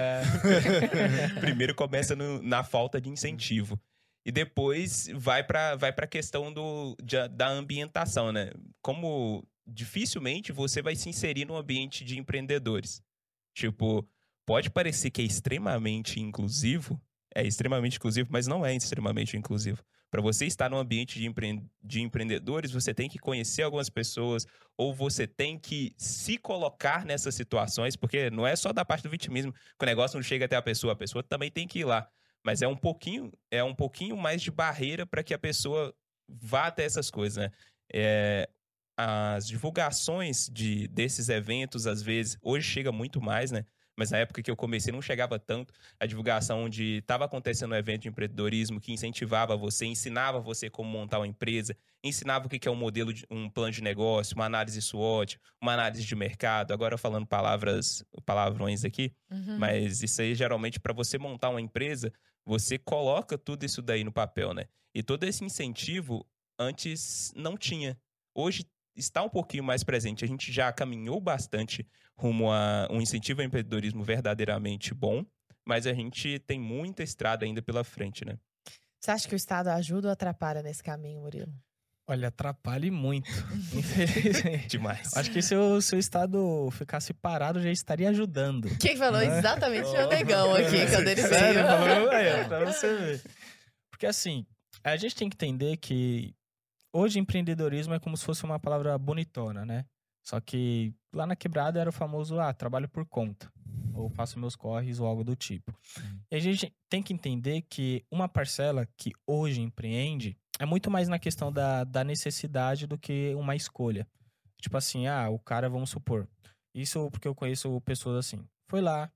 É. Primeiro começa no, na falta de incentivo. E depois vai pra, vai pra questão do, de, da ambientação, né? Como... dificilmente você vai se inserir num ambiente de empreendedores. Tipo, pode parecer que é extremamente inclusivo, é extremamente inclusivo, mas não é extremamente inclusivo. Para você estar num ambiente de, empre... de empreendedores, você tem que conhecer algumas pessoas, ou você tem que se colocar nessas situações, porque não é só da parte do vitimismo, que o negócio não chega até a pessoa, a pessoa também tem que ir lá. Mas é um pouquinho, é um pouquinho mais de barreira para que a pessoa vá até essas coisas, né? É... As divulgações de, desses eventos, às vezes, hoje chega muito mais, né? Mas na época que eu comecei não chegava tanto. A divulgação onde estava acontecendo um evento de empreendedorismo que incentivava você, ensinava você como montar uma empresa, ensinava o que é um modelo, de, um plano de negócio, uma análise SWOT, uma análise de mercado. Agora falando palavras, palavrões aqui, uhum. Mas isso aí geralmente para você montar uma empresa, você coloca tudo isso daí no papel, né? E todo esse incentivo antes não tinha. Hoje está um pouquinho mais presente. A gente já caminhou bastante rumo a um incentivo ao empreendedorismo verdadeiramente bom, mas a gente tem muita estrada ainda pela frente, né? Você acha que o Estado ajuda ou atrapalha nesse caminho, Murilo? Olha, atrapalha muito, infelizmente. Demais. Acho que se o, se o Estado ficasse parado, já estaria ajudando. Quem falou né? exatamente o negão aqui, quando ele veio. Sério, falou, aí, pra você ver. Porque assim, a gente tem que entender que hoje, empreendedorismo é como se fosse uma palavra bonitona, né? Só que lá na quebrada era o famoso, ah, trabalho por conta. Ou faço meus corres ou algo do tipo. Uhum. E a gente tem que entender que uma parcela que hoje empreende é muito mais na questão da, da necessidade do que uma escolha. Tipo assim, ah, o cara, vamos supor. Isso porque eu conheço pessoas assim. Foi lá,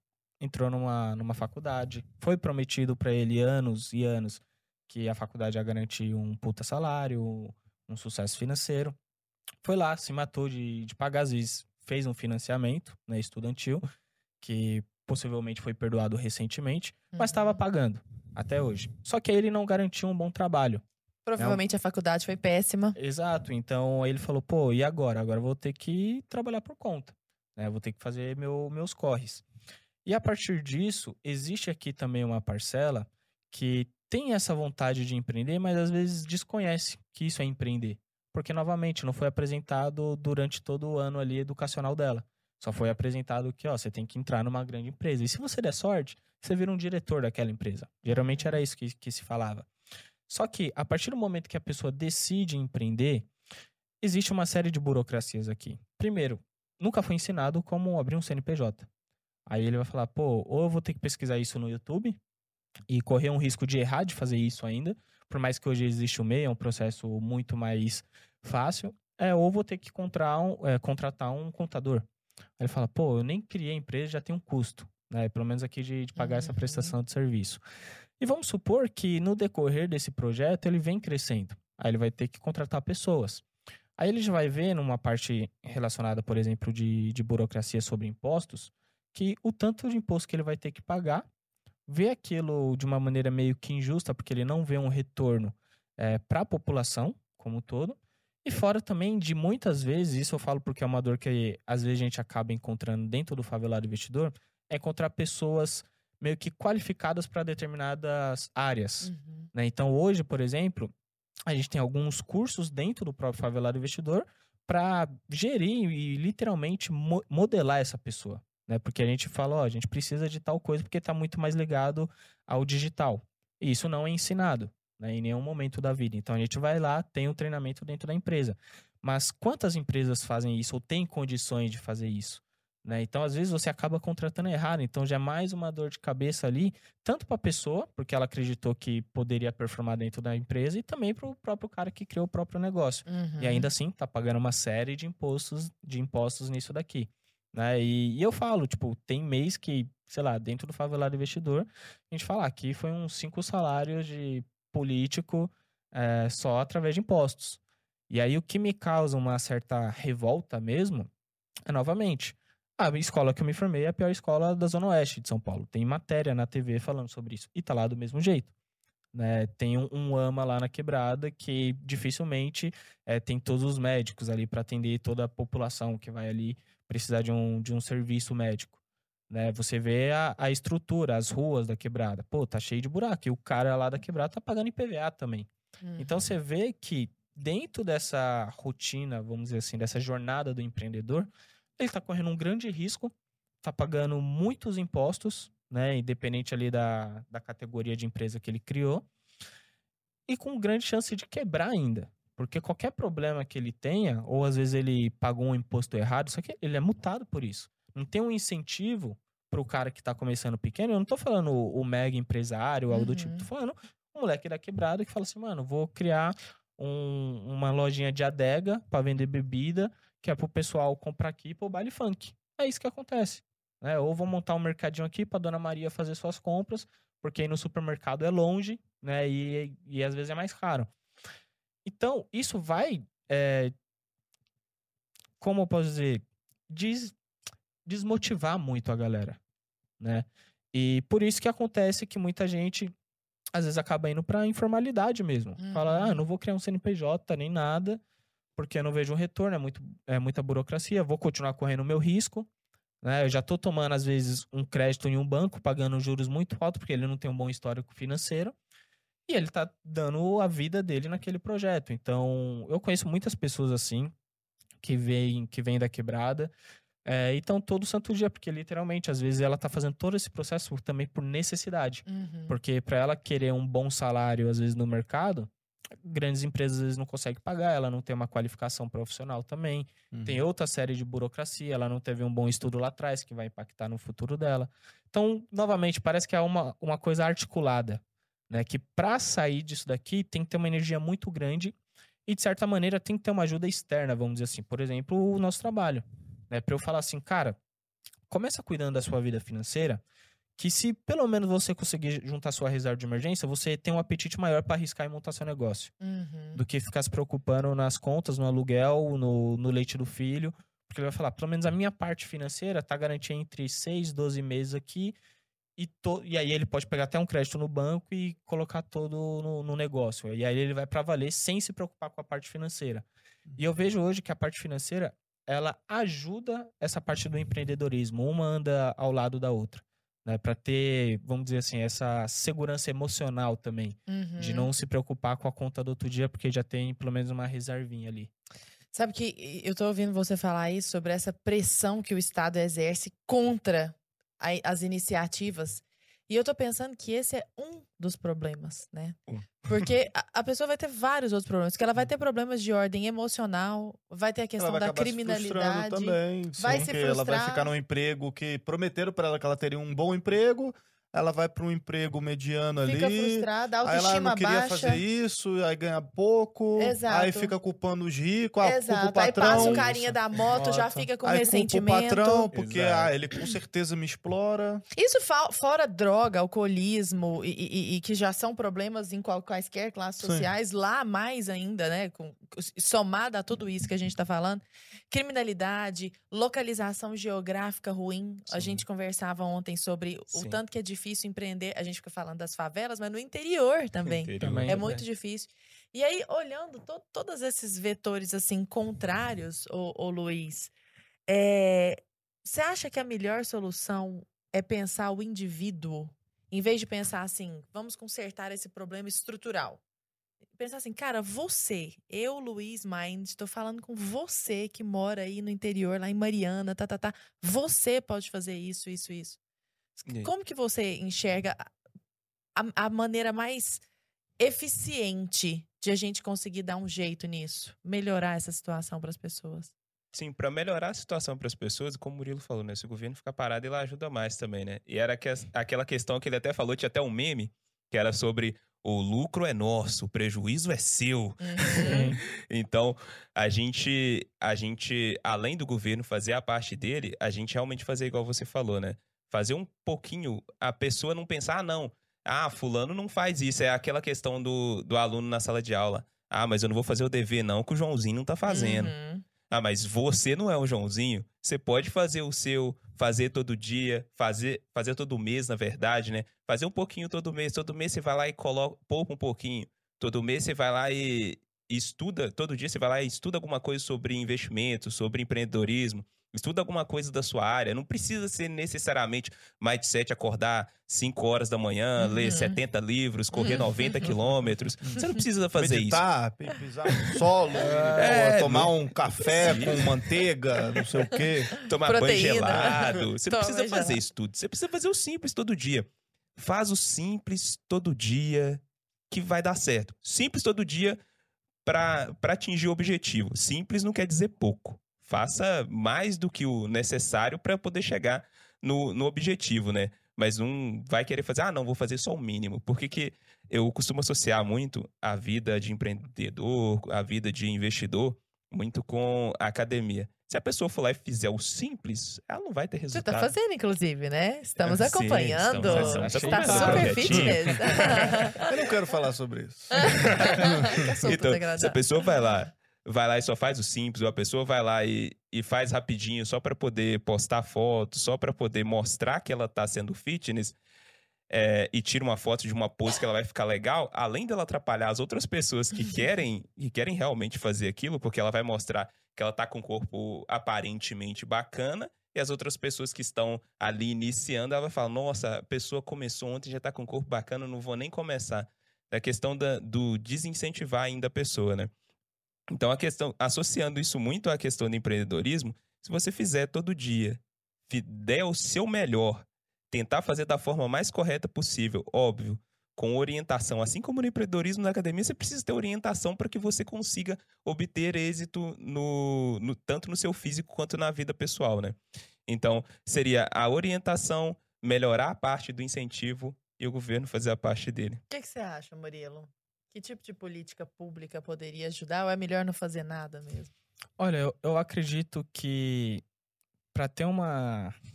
entrou numa, numa faculdade, foi prometido para ele anos e anos que a faculdade ia garantir um puta salário, um sucesso financeiro. Foi lá, se matou de, de pagar, às vezes fez um financiamento, né, estudantil, que possivelmente foi perdoado recentemente, mas estava Uhum. pagando até hoje. Só que aí ele não garantiu um bom trabalho. Provavelmente a faculdade foi péssima. Exato, então aí ele falou, pô, e agora? Agora eu vou ter que trabalhar por conta, né? Vou ter que fazer meu, meus corres. E a partir disso, existe aqui também uma parcela que tem essa vontade de empreender, mas às vezes desconhece que isso é empreender. Porque, novamente, não foi apresentado durante todo o ano ali educacional dela. Só foi apresentado que, ó, você tem que entrar numa grande empresa. E se você der sorte, você vira um diretor daquela empresa. Geralmente era isso que, que se falava. Só que, a partir do momento que a pessoa decide empreender, existe uma série de burocracias aqui. Primeiro, nunca foi ensinado como abrir um C N P J. Aí ele vai falar, pô, ou eu vou ter que pesquisar isso no YouTube e correr um risco de errar de fazer isso ainda, por mais que hoje existe o M E I, é um processo muito mais fácil, é, ou vou ter que contratar um, é, contratar um contador. Aí ele fala, pô, eu nem criei a empresa, já tem um custo, né? Pelo menos aqui de, de pagar Uhum. essa prestação de serviço. E vamos supor que no decorrer desse projeto ele vem crescendo. Aí ele vai ter que contratar pessoas. Aí ele já vai ver numa parte relacionada, por exemplo, de, de burocracia sobre impostos, que o tanto de imposto que ele vai ter que pagar, vê aquilo de uma maneira meio que injusta, porque ele não vê um retorno é, para a população como um todo. E fora também de muitas vezes, isso eu falo porque é uma dor que às vezes a gente acaba encontrando dentro do favelado investidor, é encontrar pessoas meio que qualificadas para determinadas áreas. Uhum. Né? Então hoje, por exemplo, a gente tem alguns cursos dentro do próprio favelado investidor para gerir e literalmente mo- modelar essa pessoa. Né? Porque a gente fala, ó, a gente precisa de tal coisa porque está muito mais ligado ao digital. E isso não é ensinado, né, em nenhum momento da vida. Então a gente vai lá, tem um treinamento dentro da empresa. Mas quantas empresas fazem isso ou têm condições de fazer isso? Né? Então, às vezes, você acaba contratando errado. Então, já é mais uma dor de cabeça ali, tanto para a pessoa, porque ela acreditou que poderia performar dentro da empresa, e também para o próprio cara que criou o próprio negócio. Uhum. E ainda assim, tá pagando uma série de impostos, de impostos nisso daqui. Né? E, e eu falo, tipo, tem mês que, sei lá, dentro do favelado investidor, a gente fala, aqui foi uns cinco salários de político é, só através de impostos. E aí, o que me causa uma certa revolta mesmo, é novamente... A escola que eu me formei é a pior escola da Zona Oeste de São Paulo. Tem matéria na T V falando sobre isso. E tá lá do mesmo jeito. Né? Tem um, um AMA lá na quebrada que dificilmente é, tem todos os médicos ali para atender toda a população que vai ali precisar de um, de um serviço médico. Né? Você vê a, a estrutura, as ruas da quebrada. Pô, tá cheio de buraco. E o cara lá da quebrada tá pagando I P V A também. Uhum. Então você vê que dentro dessa rotina, vamos dizer assim, dessa jornada do empreendedor, ele está correndo um grande risco, está pagando muitos impostos, né, independente ali da, da categoria de empresa que ele criou, e com grande chance de quebrar ainda. Porque qualquer problema que ele tenha, ou às vezes ele pagou um imposto errado, só que ele é multado por isso. Não tem um incentivo para o cara que está começando pequeno. Eu não estou falando o, o mega empresário ou algo do Uhum. tipo. Estou falando um moleque da quebrada que fala assim, mano, vou criar um, uma lojinha de adega para vender bebida, que é pro pessoal comprar aqui pro baile funk. É isso que acontece. Né? Ou vou montar um mercadinho aqui pra Dona Maria fazer suas compras, porque aí no supermercado é longe, né? E, e às vezes é mais caro. Então, isso vai, é, como eu posso dizer, des, desmotivar muito a galera, né? E por isso que acontece que muita gente, às vezes, acaba indo pra informalidade mesmo. Uhum. Fala, ah, não vou criar um C N P J nem nada, porque eu não vejo um retorno, é, muito, é muita burocracia, vou continuar correndo o meu risco, né? Eu já estou tomando, às vezes, um crédito em um banco, pagando juros muito altos, porque ele não tem um bom histórico financeiro, e ele está dando a vida dele naquele projeto. Então, eu conheço muitas pessoas assim, que vêm que vêm da quebrada, é, e estão todo santo dia, porque literalmente, às vezes, ela está fazendo todo esse processo também por necessidade. Uhum. Porque para ela querer um bom salário, às vezes, no mercado, grandes empresas às vezes não conseguem pagar, ela não tem uma qualificação profissional também, Uhum. tem outra série de burocracia, ela não teve um bom estudo lá atrás que vai impactar no futuro dela. Então, novamente, parece que é uma, uma coisa articulada, né? Que para sair disso daqui tem que ter uma energia muito grande e, de certa maneira, tem que ter uma ajuda externa, vamos dizer assim. Por exemplo, o nosso trabalho. Né? Para eu falar assim, cara, começa cuidando da sua vida financeira, que se pelo menos você conseguir juntar sua reserva de emergência, você tem um apetite maior para arriscar e montar seu negócio. Uhum. Do que ficar se preocupando nas contas, no aluguel, no, no leite do filho. Porque ele vai falar, pelo menos a minha parte financeira tá garantida entre seis e doze meses aqui. E, to, e aí ele pode pegar até um crédito no banco e colocar todo no, no negócio. E aí ele vai para valer sem se preocupar com a parte financeira. E eu vejo hoje que a parte financeira, ela ajuda essa parte do empreendedorismo. Uma anda ao lado da outra. Né, para ter, vamos dizer assim, essa segurança emocional também. Uhum. De não se preocupar com a conta do outro dia, porque já tem pelo menos uma reservinha ali. Sabe que eu tô ouvindo você falar isso sobre essa pressão que o Estado exerce contra a, as iniciativas. E eu tô pensando que esse é um dos problemas, né? Um. Porque a, a pessoa vai ter vários outros problemas. Porque ela vai ter problemas de ordem emocional, vai ter a questão ela vai da acabar criminalidade. Se frustrando também, vai sim, se porque ela vai frustrar. ficar num emprego que prometeram pra ela que ela teria um bom emprego, ela vai pra um emprego mediano Fica ali. frustrada, a Aí ela autoestima não queria baixa. fazer isso, aí ganha pouco. Exato. Aí fica culpando os ricos, culpa o Exato. patrão. Aí passa o carinha da moto, já Moto. fica com aí ressentimento. culpa o patrão, porque Exato. ah, ele com certeza me explora. Isso fa- fora droga, alcoolismo e, e- e que já são problemas em qual- quaisquer classes Sim. sociais, lá mais ainda, né? Com, somada a tudo isso que a gente tá falando. Criminalidade, localização geográfica ruim. A Sim. gente conversava ontem sobre o Sim. tanto que é difícil empreender. A gente fica falando das favelas, mas no interior também. Interior. Também. É muito difícil. E aí, olhando to- todos esses vetores, assim, contrários, ô, ô Luiz, é, você acha que a melhor solução é pensar o indivíduo, em vez de pensar assim, vamos consertar esse problema estrutural? Pensar assim, cara, você, eu, Luiz Mind, estou falando com você que mora aí no interior, lá em Mariana, tá, tá, tá. Você pode fazer isso, isso, isso. E aí? Como que você enxerga a, a maneira mais eficiente de a gente conseguir dar um jeito nisso? Melhorar essa situação para as pessoas? Sim, para melhorar a situação para as pessoas, como o Murilo falou, né? Se o governo ficar parado, ele ajuda mais também, né? E era que, aquela questão que ele até falou, tinha até um meme, que era sobre o lucro é nosso, o prejuízo é seu. Uhum. Então, a gente, a gente, além do governo fazer a parte dele, a gente realmente fazer igual você falou, né? Fazer um pouquinho, a pessoa não pensar, ah, não, ah, fulano não faz isso. É aquela questão do, do aluno na sala de aula. Ah, mas eu não vou fazer o dever não, que o Joãozinho não tá fazendo. Uhum. Ah, mas você não é um Joãozinho. Você pode fazer o seu, fazer todo dia, fazer, fazer todo mês, na verdade, né? Fazer um pouquinho todo mês. Todo mês você vai lá e coloca, poupa um pouquinho. Todo mês você vai lá e, e estuda, todo dia você vai lá e estuda alguma coisa sobre investimento, sobre empreendedorismo. Estuda alguma coisa da sua área. Não precisa ser necessariamente mindset, acordar cinco horas da manhã, Uhum. ler setenta livros, correr noventa quilômetros. Você não precisa fazer Meditar, pisar no solo, É, tomar não um café precisa. com manteiga, não sei o quê. isso. Tomar banho Proteína. gelado. Você não Toma precisa fazer gelado. isso tudo. Você precisa fazer o simples todo dia. Faz o simples todo dia que vai dar certo. Simples todo dia para atingir o objetivo. Simples não quer dizer pouco. Faça mais do que o necessário para poder chegar no, no objetivo, né? Mas não vai querer fazer, ah, não, vou fazer só o mínimo. Porque que eu costumo associar muito a vida de empreendedor, a vida de investidor, muito com a academia. Se a pessoa for lá e fizer o simples, ela não vai ter Você resultado. tá fazendo, inclusive, né? Estamos Sim, acompanhando. estamos- estamos Está acompanhando o super projetinho. fitness. Eu não quero falar sobre isso. Que assunto Então, se a desagradável. pessoa vai lá, vai lá e só faz o simples, ou a pessoa vai lá e, e faz rapidinho só para poder postar foto, só para poder mostrar que ela tá sendo fitness, é, e tira uma foto de uma pose que ela vai ficar legal, além dela atrapalhar as outras pessoas que querem, que querem realmente fazer aquilo, porque ela vai mostrar que ela tá com um corpo aparentemente bacana, e as outras pessoas que estão ali iniciando, ela vai falar, nossa, a pessoa começou ontem, já tá com um corpo bacana, não vou nem começar. É a questão da, do desincentivar ainda a pessoa, né? Então, a questão, associando isso muito à questão do empreendedorismo, se você fizer todo dia, fi- der o seu melhor, tentar fazer da forma mais correta possível, óbvio, com orientação. Assim como no empreendedorismo na academia, você precisa ter orientação para que você consiga obter êxito no, no- tanto no seu físico quanto na vida pessoal, né? Então, seria a orientação, melhorar a parte do incentivo e o governo fazer a parte dele. O que, que você acha, Murilo? Que tipo de política pública poderia ajudar ou é melhor não fazer nada mesmo? Olha, eu, eu acredito que para ter uma,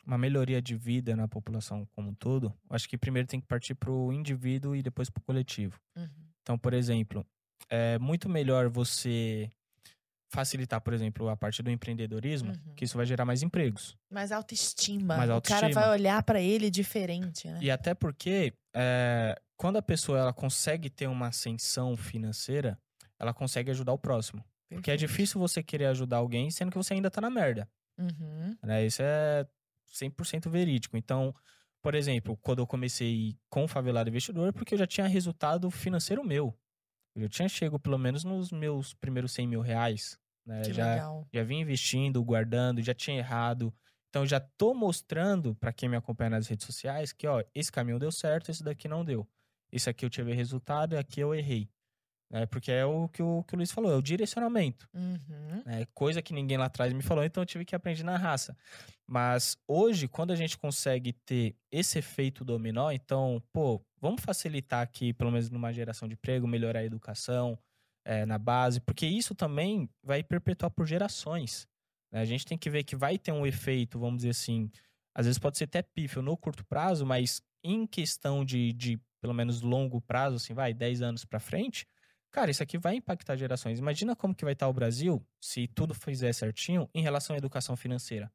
uma melhoria de vida na população como um todo, eu acho que primeiro tem que partir para o indivíduo e depois para o coletivo. Uhum. Então, por exemplo, é muito melhor você facilitar, por exemplo, a parte do empreendedorismo, Uhum. que isso vai gerar mais empregos. Mais autoestima. Mais O cara autoestima. vai olhar pra ele diferente, né? E até porque, é, quando a pessoa ela consegue ter uma ascensão financeira, ela consegue ajudar o próximo. Porque é Perfeito. difícil você querer ajudar alguém sendo que você ainda tá na merda. Uhum. Né? Isso é cem por cento verídico. Então, por exemplo, quando eu comecei com o Favelado Investidor, porque eu já tinha resultado financeiro meu. Eu já tinha chego pelo menos nos meus primeiros cem mil reais. Né? Que Já, legal. já vim investindo, guardando, já tinha errado. Então, já tô mostrando para quem me acompanha nas redes sociais que, ó, esse caminho deu certo, esse daqui não deu. Esse aqui eu tive resultado, aqui eu errei. Né? Porque é o que, o que o Luiz falou, é o direcionamento. Uhum. Né? Coisa que ninguém lá atrás me falou, então eu tive que aprender na raça. Mas hoje, quando a gente consegue ter esse efeito dominó, então, pô, vamos facilitar aqui, pelo menos numa geração de emprego, melhorar a educação é, na base, porque isso também vai perpetuar por gerações. Né? A gente tem que ver que vai ter um efeito, vamos dizer assim, às vezes pode ser até pífio no curto prazo, mas em questão de, de pelo menos longo prazo, assim, vai, dez anos pra frente, cara, isso aqui vai impactar gerações. Imagina como que vai estar o Brasil, se tudo fizer certinho, em relação à educação financeira.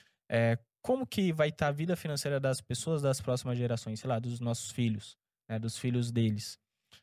É, como que vai estar a vida financeira das pessoas das próximas gerações, sei lá, dos nossos filhos, né, dos filhos deles.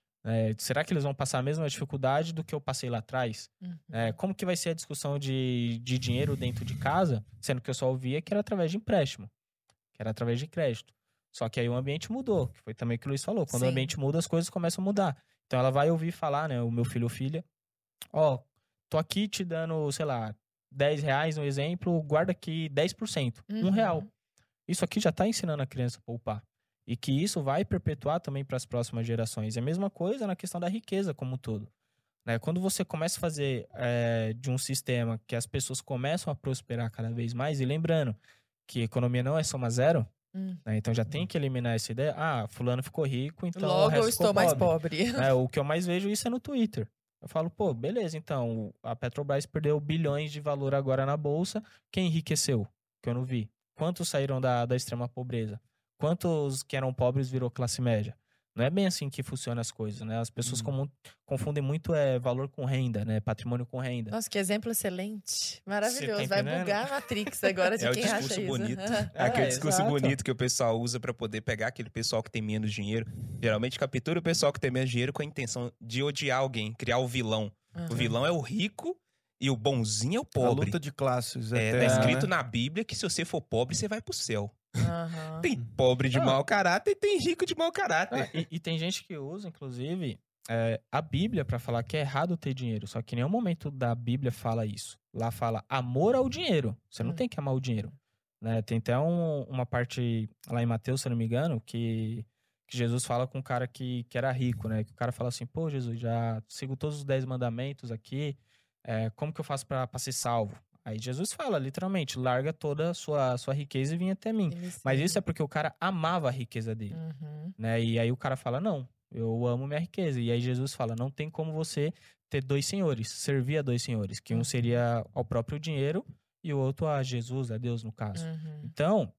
É, será que eles vão passar a mesma dificuldade do que eu passei lá atrás? Uhum. É, como que vai ser a discussão de, de dinheiro dentro de casa, sendo que eu só ouvia que era através de empréstimo, que era através de crédito. Só que aí o ambiente mudou, que foi também o que o Luiz falou. Quando Sim. o ambiente muda, as coisas começam a mudar. Então ela vai ouvir falar, né, o meu filho ou filha, ó, tô aqui te dando, sei lá, dez reais, um exemplo, guarda aqui dez por cento, Uhum. um real. Isso aqui já tá ensinando a criança a poupar. E que isso vai perpetuar também para as próximas gerações. É a mesma coisa na questão da riqueza como um todo. Né? Quando você começa a fazer é, de um sistema que as pessoas começam a prosperar cada vez mais, e lembrando que economia não é soma zero, Hum. né? Então já tem que eliminar essa ideia. Ah, fulano ficou rico, então o Logo resto eu ficou estou mais pobre. pobre. É, o que eu mais vejo isso é no Twitter. Eu falo, pô, beleza, então a Petrobras perdeu bilhões de valor agora na bolsa. Quem enriqueceu? Que eu não vi. Quantos saíram da, da extrema pobreza? Quantos que eram pobres virou classe média? Não é bem assim que funcionam as coisas, né? As pessoas Hum. comum, confundem muito é, valor com renda, né? Patrimônio com renda. Nossa, que exemplo excelente. Maravilhoso. Você tá Vai entendendo? bugar a Matrix agora de É o quem discurso acha bonito. isso. É aquele É, discurso exato. bonito que o pessoal usa pra poder pegar aquele pessoal que tem menos dinheiro. Geralmente captura o pessoal que tem menos dinheiro com a intenção de odiar alguém, criar o vilão. Uhum. O vilão é o rico e o bonzinho é o A pobre. luta de classes. É, tá eterna, escrito né? na Bíblia que se você for pobre, você vai pro céu. Uhum. Tem pobre de Ah. mau caráter e tem rico de mau caráter. Ah, e, e tem gente que usa, inclusive, é, a Bíblia pra falar que é errado ter dinheiro. Só que em nenhum momento da Bíblia fala isso. Lá fala amor ao dinheiro. Você não Hum. tem que amar o dinheiro. Né? Tem até um- uma parte lá em Mateus, se eu não me engano, que, que Jesus fala com um cara que, que era rico, né? Que o cara fala assim, pô, Jesus, já sigo todos os dez mandamentos aqui. É, como que eu faço pra, pra ser salvo? Aí Jesus fala, literalmente, larga toda a sua, sua riqueza e vem até mim. Ele Mas sim. isso é porque o cara amava a riqueza dele. Uhum. Né? E aí o cara fala, não, eu amo minha riqueza. E aí Jesus fala, não tem como você ter dois senhores, servir a dois senhores. Que um Uhum. seria ao próprio dinheiro e o outro a Jesus, a Deus no caso. Uhum. Então,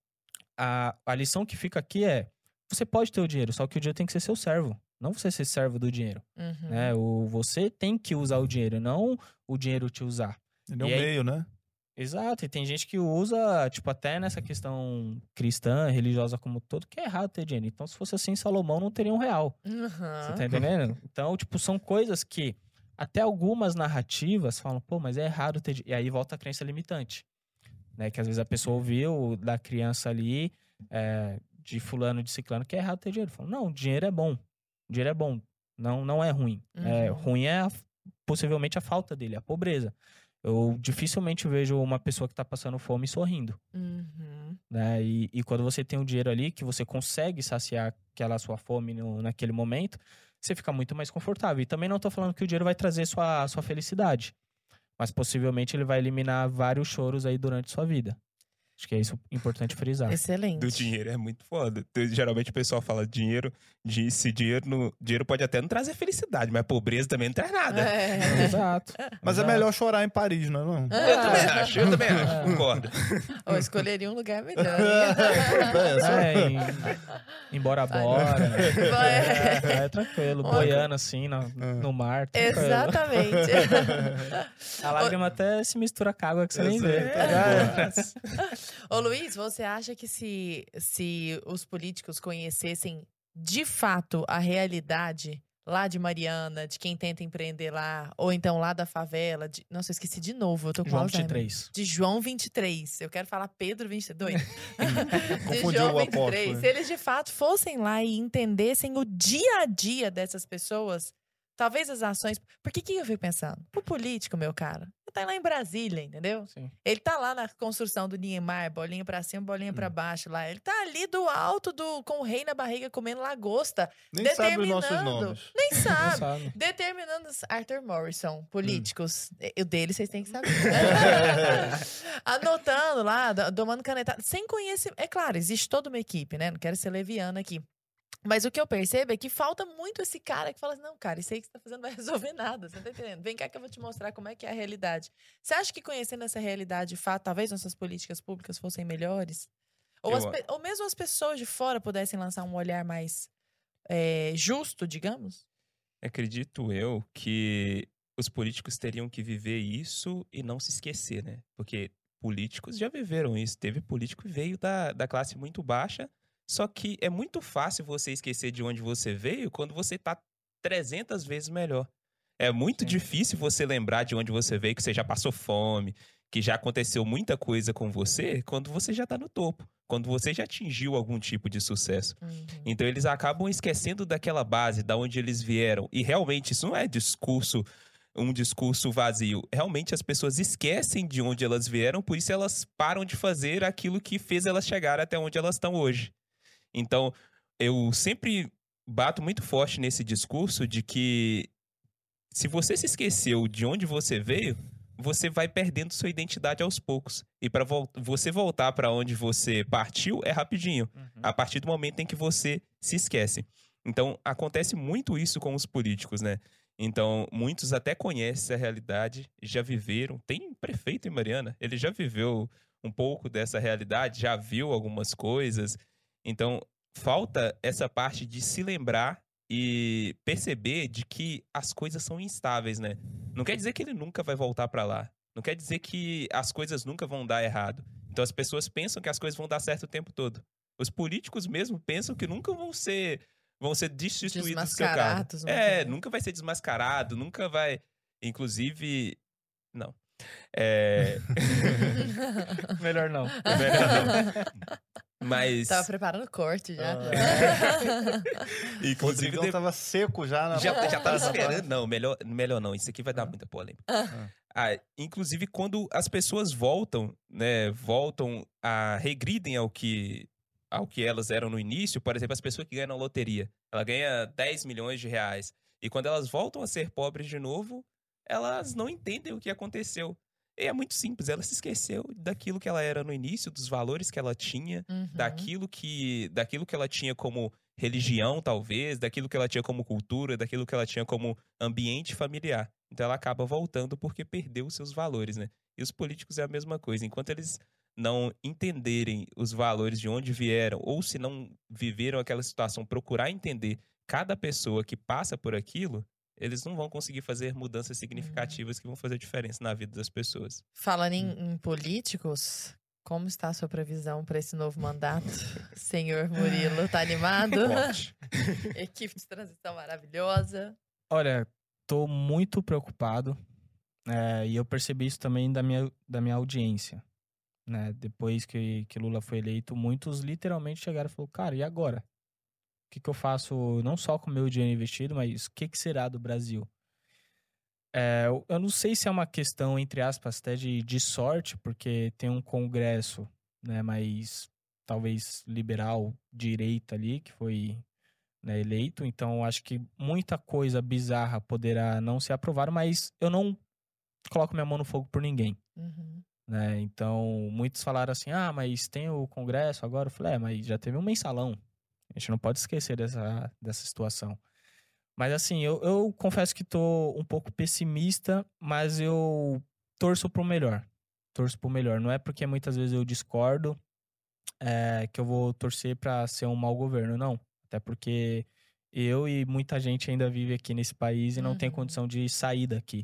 a, a lição que fica aqui é, você pode ter o dinheiro, só que o dinheiro tem que ser seu servo. Não você ser servo do dinheiro. Uhum. Né? O, você tem que usar o dinheiro, não o dinheiro te usar. Ele é o E aí- meio, né? Exato, e tem gente que usa, tipo, até nessa questão cristã, religiosa como um todo, que é errado ter dinheiro. Então, se fosse assim, Salomão não teria um real. Uhum. Você tá entendendo? Então, tipo, são coisas que até algumas narrativas falam, pô, mas é errado ter dinheiro. E aí volta a crença limitante. Né? Que às vezes a pessoa ouviu da criança ali, é, de fulano, de ciclano, que é errado ter dinheiro. Falam, não, dinheiro é bom. Dinheiro é bom. Não, não é ruim. É, Uhum. ruim é a- possivelmente a falta dele, a pobreza. Eu dificilmente vejo uma pessoa que tá passando fome sorrindo. Uhum. Né? E, e quando você tem um dinheiro ali, que você consegue saciar aquela sua fome no, naquele momento, você fica muito mais confortável. E também não tô falando que o dinheiro vai trazer sua, sua felicidade. Mas possivelmente ele vai eliminar vários choros aí durante sua vida. Acho que é isso importante frisar. Excelente. Do dinheiro é muito foda. Então, geralmente o pessoal fala dinheiro, de, se dinheiro, no, dinheiro pode até não trazer felicidade, mas pobreza também não traz nada. É. Exato. Mas é Exato. melhor chorar em Paris, não é não? Eu também acho, eu também acho, É. concordo. Eu escolheria um lugar melhor. É, só- É, em, em Bora Bora. É. É, tranquilo. Olha. Boiando assim no, no mar. Tranquilo. Exatamente. A lágrima até se mistura com a água que você nem vê. É. Tá ligado? Ô Luiz, você acha que se, se os políticos conhecessem de fato a realidade lá de Mariana, de quem tenta empreender lá, ou então lá da favela, de... nossa, eu esqueci de novo, eu tô com João Alzheimer. vinte e três. De João vinte e três. Eu quero falar Pedro vinte e dois. de Confundiu João o vinte e três. apóstolo, Se eles de fato fossem lá e entendessem o dia a dia dessas pessoas, talvez as ações... Por que que eu fico pensando? O político, meu cara, tá lá em Brasília, entendeu? Sim. Ele tá lá na construção do Niemeyer, bolinha pra cima, bolinha pra Hum. baixo lá. Ele tá ali do alto, do, com o rei na barriga, comendo lagosta. Nem sabe os nossos determinando- nomes. Nem Não sabe. sabe. Determinando os Arthur Morrison, políticos. Hum. O dele vocês têm que saber. Anotando lá, do- tomando canetada. Sem conhecimento. É claro, existe toda uma equipe, né? Não quero ser leviana aqui. Mas o que eu percebo é que falta muito esse cara que fala assim, não, cara, isso aí que você tá fazendo não vai resolver nada, você tá entendendo? Vem cá que eu vou te mostrar como é que é a realidade. Você acha que conhecendo essa realidade, de fato, talvez nossas políticas públicas fossem melhores? Ou, Eu as a- pe- ou mesmo as pessoas de fora pudessem lançar um olhar mais é, justo, digamos? Acredito eu que os políticos teriam que viver isso e não se esquecer, né? Porque políticos já viveram isso. Teve político que veio da, da classe muito baixa, só que é muito fácil você esquecer de onde você veio quando você tá trezentas vezes melhor. É muito Sim. difícil você lembrar de onde você veio, que você já passou fome, que já aconteceu muita coisa com você, quando você já tá no topo, quando você já atingiu algum tipo de sucesso. Uhum. Então eles acabam esquecendo daquela base, da onde eles vieram. E realmente isso não é discurso, um discurso vazio. Realmente as pessoas esquecem de onde elas vieram, por isso elas param de fazer aquilo que fez elas chegar até onde elas estão hoje. Então eu sempre bato muito forte nesse discurso de que se você se esqueceu de onde você veio, você vai perdendo sua identidade aos poucos. E para você voltar para onde você partiu é rapidinho. Uhum. A partir do momento em que você se esquece. Então, acontece muito isso com os políticos, né? Então, muitos até conhecem a realidade, já viveram. Tem prefeito em Mariana, ele já viveu um pouco dessa realidade, já viu algumas coisas. Então, falta essa parte de se lembrar e perceber de que as coisas são instáveis, né? Não quer dizer que ele nunca vai voltar pra lá. Não quer dizer que as coisas nunca vão dar errado. Então as pessoas pensam que as coisas vão dar certo o tempo todo. Os políticos mesmo pensam que nunca vão ser vão ser destituídos do seu cargo. Desmascarados, não É, sei. nunca vai ser desmascarado, nunca vai... Inclusive... Não. É... Melhor não. Melhor não. Mas... Tava preparando o corte já. O Inclusive... Rodrigão de- tava seco já na Já, já tava na- esperando. Não, melhor, melhor não. Isso aqui vai dar muita polêmica. Ah, inclusive, quando as pessoas voltam, né? Voltam a... regridem ao que, ao que elas eram no início. Por exemplo, as pessoas que ganham na loteria. Ela ganha dez milhões de reais. E quando elas voltam a ser pobres de novo, elas não entendem o que aconteceu. E é muito simples. Ela se esqueceu daquilo que ela era no início, dos valores que ela tinha, Uhum. daquilo que, daquilo que ela tinha como religião, talvez, daquilo que ela tinha como cultura, daquilo que ela tinha como ambiente familiar. Então ela acaba voltando porque perdeu os seus valores, né? E os políticos é a mesma coisa. Enquanto eles não entenderem os valores de onde vieram, ou se não viveram aquela situação, procurar entender cada pessoa que passa por aquilo, eles não vão conseguir fazer mudanças significativas que vão fazer diferença na vida das pessoas. Falando em, em políticos, como está a sua previsão para esse novo mandato, senhor Murilo? Tá animado? Forte. Equipe de transição maravilhosa. Olha, tô muito preocupado. é, e eu percebi isso também da minha, da minha audiência. Né? Depois que, que Lula foi eleito, muitos literalmente chegaram e falaram, cara, e agora? O que, que eu faço não só com o meu dinheiro investido, mas o que, que será do Brasil? É, eu, eu não sei se é uma questão, entre aspas, até de, de sorte, porque tem um congresso, né, mais talvez liberal, direita ali, que foi, né, eleito. Então, acho que muita coisa bizarra poderá não ser aprovada, mas eu não coloco minha mão no fogo por ninguém. Uhum. né? Então, muitos falaram assim, ah, mas tem o Congresso agora? Eu falei, é, mas já teve um mensalão. A gente não pode esquecer dessa, dessa situação. Mas assim, eu, eu confesso que tô um pouco pessimista, mas eu torço pro melhor. Torço pro melhor. Não é porque muitas vezes eu discordo é, que eu vou torcer para ser um mau governo, não. Até porque eu e muita gente ainda vive aqui nesse país e não Uhum. tem condição de sair daqui.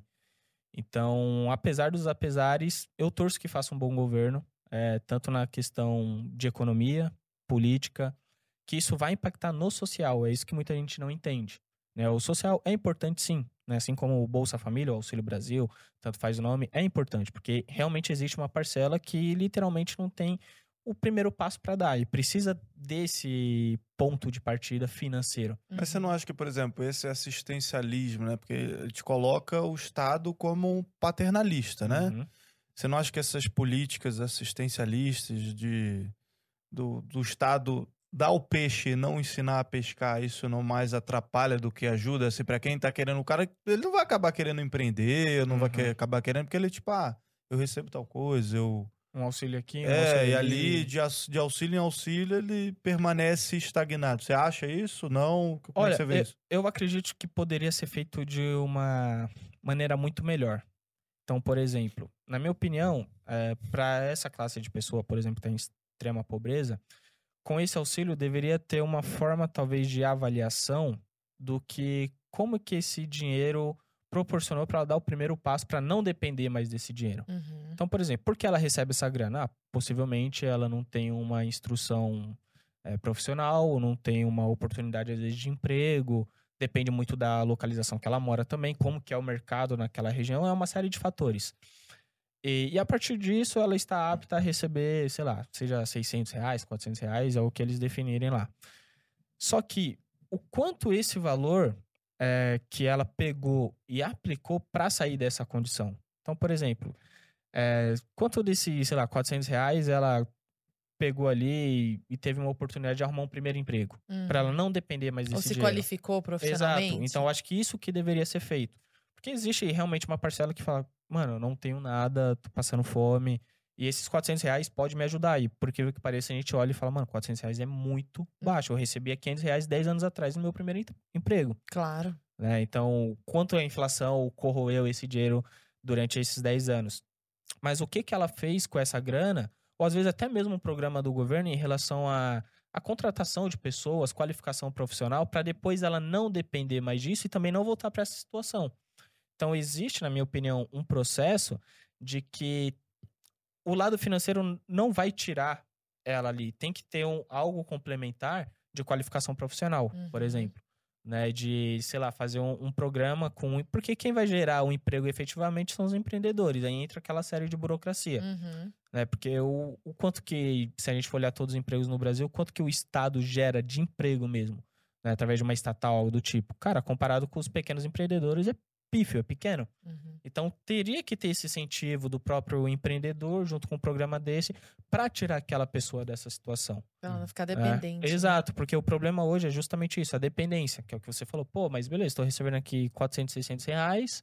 Então, apesar dos apesares, eu torço que faça um bom governo, é, tanto na questão de economia, política, que isso vai impactar no social. É isso que muita gente não entende, né? O social é importante, sim, né? Assim como o Bolsa Família, o Auxílio Brasil, tanto faz o nome, é importante, porque realmente existe uma parcela que literalmente não tem o primeiro passo para dar e precisa desse ponto de partida financeiro. Mas você não acha que, por exemplo, esse assistencialismo, né? Porque ele te coloca o Estado como um paternalista, né? Uhum. Você não acha que essas políticas assistencialistas de, do, do Estado dar o peixe e não ensinar a pescar, isso não mais atrapalha do que ajuda? Assim, pra quem tá querendo, o cara, ele não vai acabar querendo empreender, não vai Uhum. querer, acabar querendo, porque ele, tipo, ah, eu recebo tal coisa, eu... Um auxílio aqui, um É, auxílio e ali, de, aus- de auxílio em auxílio, ele permanece estagnado. Você acha isso? Não? Como é Olha, que você vê eu, isso? eu acredito que poderia ser feito de uma maneira muito melhor. Então, por exemplo, na minha opinião, é, para essa classe de pessoa, por exemplo, que tem extrema pobreza, com esse auxílio deveria ter uma forma, talvez, de avaliação do que, como que esse dinheiro proporcionou para ela dar o primeiro passo para não depender mais desse dinheiro. Uhum. Então, por exemplo, por que ela recebe essa grana? Ah, possivelmente ela não tem uma instrução é, profissional, ou não tem uma oportunidade, às vezes, de emprego, depende muito da localização que ela mora também, como que é o mercado naquela região, é uma série de fatores. E, e a partir disso, ela está apta a receber, sei lá, seja seiscentos reais, quatrocentos reais, é o que eles definirem lá. Só que o quanto esse valor é, que ela pegou e aplicou para sair dessa condição. Então, por exemplo, é, quanto desse, sei lá, quatrocentos reais ela pegou ali e, e teve uma oportunidade de arrumar um primeiro emprego. Uhum. Para ela não depender mais Ou desse se dinheiro. qualificou profissionalmente. Exato. Então, eu acho que isso que deveria ser feito. Porque existe realmente uma parcela que fala, mano, eu não tenho nada, tô passando fome, e esses quatrocentos reais pode me ajudar. E por que que pareça, a gente olha e fala, mano, quatrocentos reais é muito baixo. Eu recebia quinhentos reais dez anos atrás no meu primeiro em- emprego. Claro. Né? Então, quanto a inflação corroeu esse dinheiro durante esses dez anos? Mas o que que ela fez com essa grana, ou às vezes até mesmo um programa do governo em relação a, a contratação de pessoas, qualificação profissional, para depois ela não depender mais disso e também não voltar para essa situação. Então, existe, na minha opinião, um processo de que o lado financeiro não vai tirar ela ali. Tem que ter um, algo complementar de qualificação profissional, Uhum. por exemplo. Né, de, sei lá, fazer um, um programa com... Porque quem vai gerar o emprego efetivamente são os empreendedores. Aí entra aquela série de burocracia. Uhum. Né, porque o, o quanto que, se a gente for olhar todos os empregos no Brasil, o quanto que o Estado gera de emprego mesmo, né, através de uma estatal, algo do tipo. Cara, comparado com os pequenos empreendedores, é pífio, é pequeno. Uhum. Então, teria que ter esse incentivo do próprio empreendedor, junto com um programa desse, para tirar aquela pessoa dessa situação. Pra ela não ficar É, dependente. né? exato, porque o problema hoje é justamente isso, a dependência, que é o que você falou. Pô, mas beleza, estou recebendo aqui quatrocentos, seiscentos reais,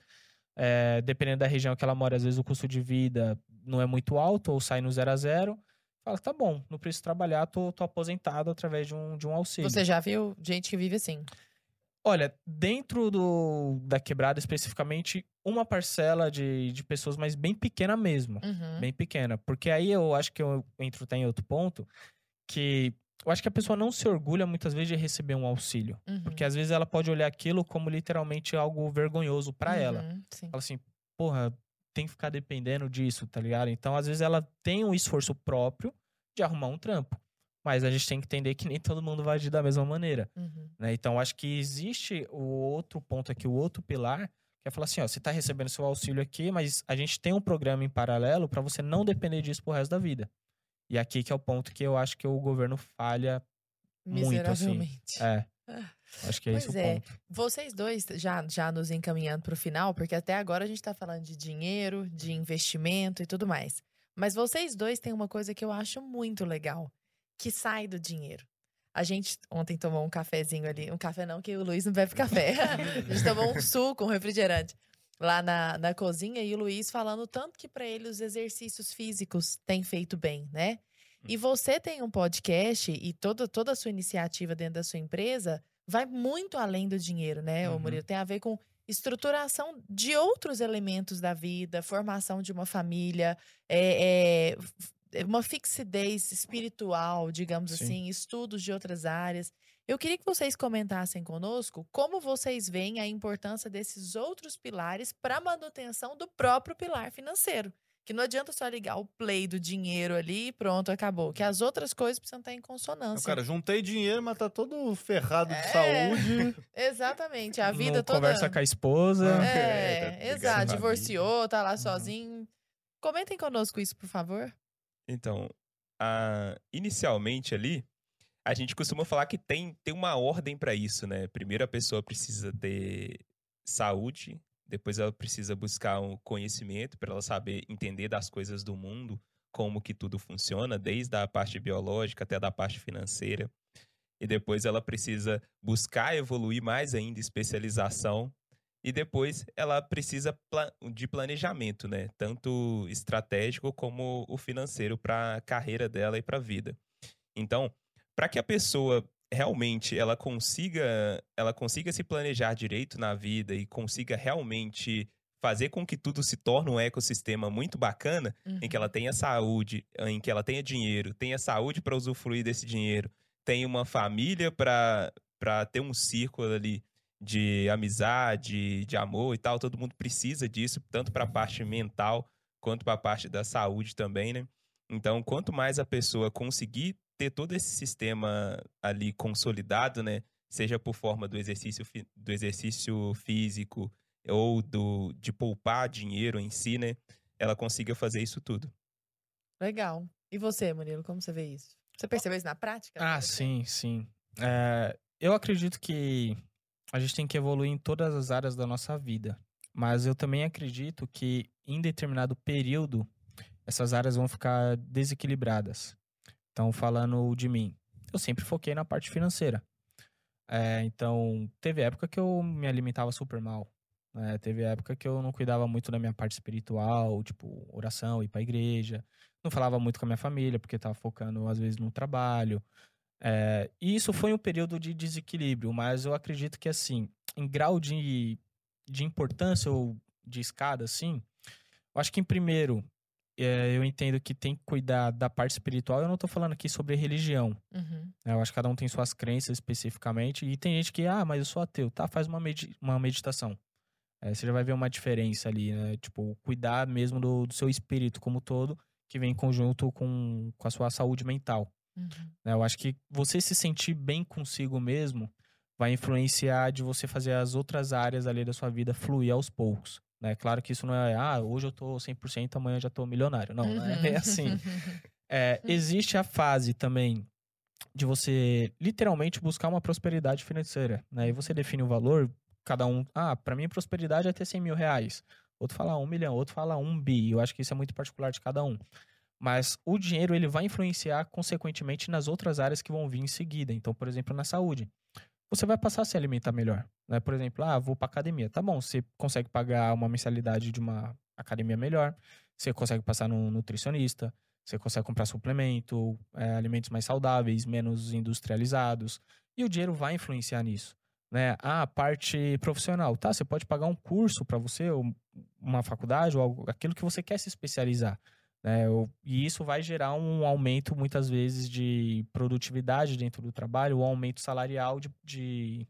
é, dependendo da região que ela mora, às vezes o custo de vida não é muito alto, ou sai no zero a zero. Fala, tá bom, não preciso trabalhar, tô, tô aposentado através de um, de um auxílio. Você já viu gente que vive assim? Olha, dentro do, da quebrada especificamente, uma parcela de, de pessoas, mas bem pequena mesmo. Uhum. Bem pequena. Porque aí eu acho que eu entro até em outro ponto, que eu acho que a pessoa não se orgulha muitas vezes de receber um auxílio. Uhum. Porque às vezes ela pode olhar aquilo como literalmente algo vergonhoso pra ela. Uhum. Sim. Fala assim, porra, tem que ficar dependendo disso, tá ligado? Então, às vezes ela tem um esforço próprio de arrumar um trampo. Mas a gente tem que entender que nem todo mundo vai agir da mesma maneira. Uhum. Né? Então, acho que existe o outro ponto aqui, o outro pilar, que é falar assim, ó, você tá recebendo seu auxílio aqui, mas a gente tem um programa em paralelo para você não depender disso pro resto da vida. E aqui que é o ponto que eu acho que o governo falha muito, assim. Miseravelmente. É, acho que é esse o Pois é. ponto. Vocês dois, já, já nos encaminhando pro final, porque até agora a gente tá falando de dinheiro, de investimento e tudo mais. Mas vocês dois têm uma coisa que eu acho muito legal, que sai do dinheiro. A gente ontem tomou um cafezinho ali. Um café não, que o Luiz não bebe café. A gente tomou um suco, um refrigerante. lá na, na cozinha e o Luiz falando tanto que para ele os exercícios físicos têm feito bem, né? E você tem um podcast e toda, toda a sua iniciativa dentro da sua empresa vai muito além do dinheiro, né, Uhum. ô Murilo? Tem a ver com estruturação de outros elementos da vida, formação de uma família, é, é, uma fixidez espiritual, digamos Sim. assim, estudos de outras áreas. Eu queria que vocês comentassem conosco como vocês veem a importância desses outros pilares para a manutenção do próprio pilar financeiro. Que não adianta só ligar o play do dinheiro ali e pronto, acabou. Que as outras coisas precisam estar em consonância. Cara, juntei dinheiro, mas tá todo ferrado de É. saúde. Exatamente, a vida Não toda... conversa com a esposa. É, É, tá exato, ligado? divorciou, tá lá Uhum. sozinho. Comentem conosco isso, por favor. Então, a- inicialmente ali, a gente costuma falar que tem, tem uma ordem para isso, né? Primeiro a pessoa precisa ter saúde, depois ela precisa buscar um conhecimento para ela saber entender das coisas do mundo, como que tudo funciona, desde a parte biológica até da parte financeira. E depois ela precisa buscar evoluir mais ainda, especialização. E depois ela precisa pla- de planejamento, né? Tanto estratégico como o financeiro para a carreira dela e para a vida. Então, para que a pessoa realmente ela consiga, ela consiga se planejar direito na vida e consiga realmente fazer com que tudo se torne um ecossistema muito bacana, em que ela tenha saúde, em que ela tenha dinheiro, tenha saúde para usufruir desse dinheiro, tenha uma família para para ter um círculo ali de amizade, de amor e tal, todo mundo precisa disso, tanto para a parte mental quanto para a parte da saúde também, né? Então, quanto mais a pessoa conseguir ter todo esse sistema ali consolidado, né? Seja por forma do exercício, fi- do exercício físico ou do, de poupar dinheiro em si, né? Ela consiga fazer isso tudo. Legal. E você, Murilo, como você vê isso? Você percebeu isso na prática? Ah, sim, sim. É, eu acredito que a gente tem que evoluir em todas as áreas da nossa vida. Mas eu também acredito que em determinado período essas áreas vão ficar desequilibradas. Então, falando de mim, eu sempre foquei na parte financeira. É, então, teve época que eu me alimentava super mal. Né? Teve época que eu não cuidava muito da minha parte espiritual, tipo, oração, ir pra igreja. Não falava muito com a minha família, porque tava focando, às vezes, no trabalho. É, e isso foi um período de desequilíbrio, mas eu acredito que, assim, em grau de, de importância ou de escada, assim, eu acho que, em primeiro, é, eu entendo que tem que cuidar da parte espiritual. Eu não tô falando aqui sobre religião. Uhum. Né? Eu acho que cada um tem suas crenças especificamente. E tem gente que, ah, mas eu sou ateu. Tá, faz uma, medi uma meditação. É, você já vai ver uma diferença ali, né? Tipo, cuidar mesmo do, do seu espírito como todo, que vem em conjunto com, com a sua saúde mental. Uhum. Né? Eu acho que você se sentir bem consigo mesmo vai influenciar de você fazer as outras áreas ali da sua vida fluir aos poucos. Né? Claro que isso não é, ah, hoje eu tô cem por cento, amanhã eu já tô milionário. Não, não é bem assim. É, existe a fase também de você literalmente buscar uma prosperidade financeira. Né? E você define o valor, cada um, ah, pra mim prosperidade é ter cem mil reais. Outro fala um milhão, outro fala um bi. Eu acho que isso é muito particular de cada um. Mas o dinheiro, ele vai influenciar, consequentemente, nas outras áreas que vão vir em seguida. Então, por exemplo, na saúde. Você vai passar a se alimentar melhor. Né? Por exemplo, ah, vou pra academia. Tá bom, você consegue pagar uma mensalidade de uma academia melhor. Você consegue passar no nutricionista. Você consegue comprar suplemento, é, alimentos mais saudáveis, menos industrializados. E o dinheiro vai influenciar nisso. Né? Ah, a parte profissional. Tá, você pode pagar um curso para você, ou uma faculdade, ou algo, aquilo que você quer se especializar. Né? E isso vai gerar um aumento, muitas vezes, de produtividade dentro do trabalho, ou um aumento salarial de, de,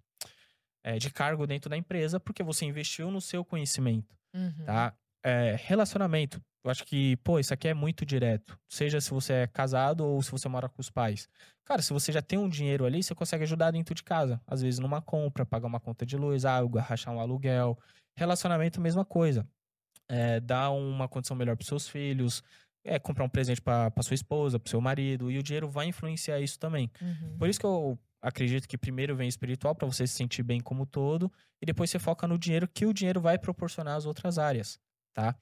é, de cargo dentro da empresa, porque você investiu no seu conhecimento. Uhum. Tá? É, relacionamento. Eu acho que, pô, isso aqui é muito direto. Seja se você é casado ou se você mora com os pais. Cara, se você já tem um dinheiro ali, você consegue ajudar dentro de casa. Às vezes numa compra, pagar uma conta de luz, água, rachar um aluguel. Relacionamento, mesma coisa. É, dar uma condição melhor para seus filhos. É, comprar um presente para sua esposa, para seu marido. E o dinheiro vai influenciar isso também. Uhum. Por isso que eu acredito que primeiro vem espiritual, para você se sentir bem como todo. E depois você foca no dinheiro, que o dinheiro vai proporcionar as outras áreas. Tá?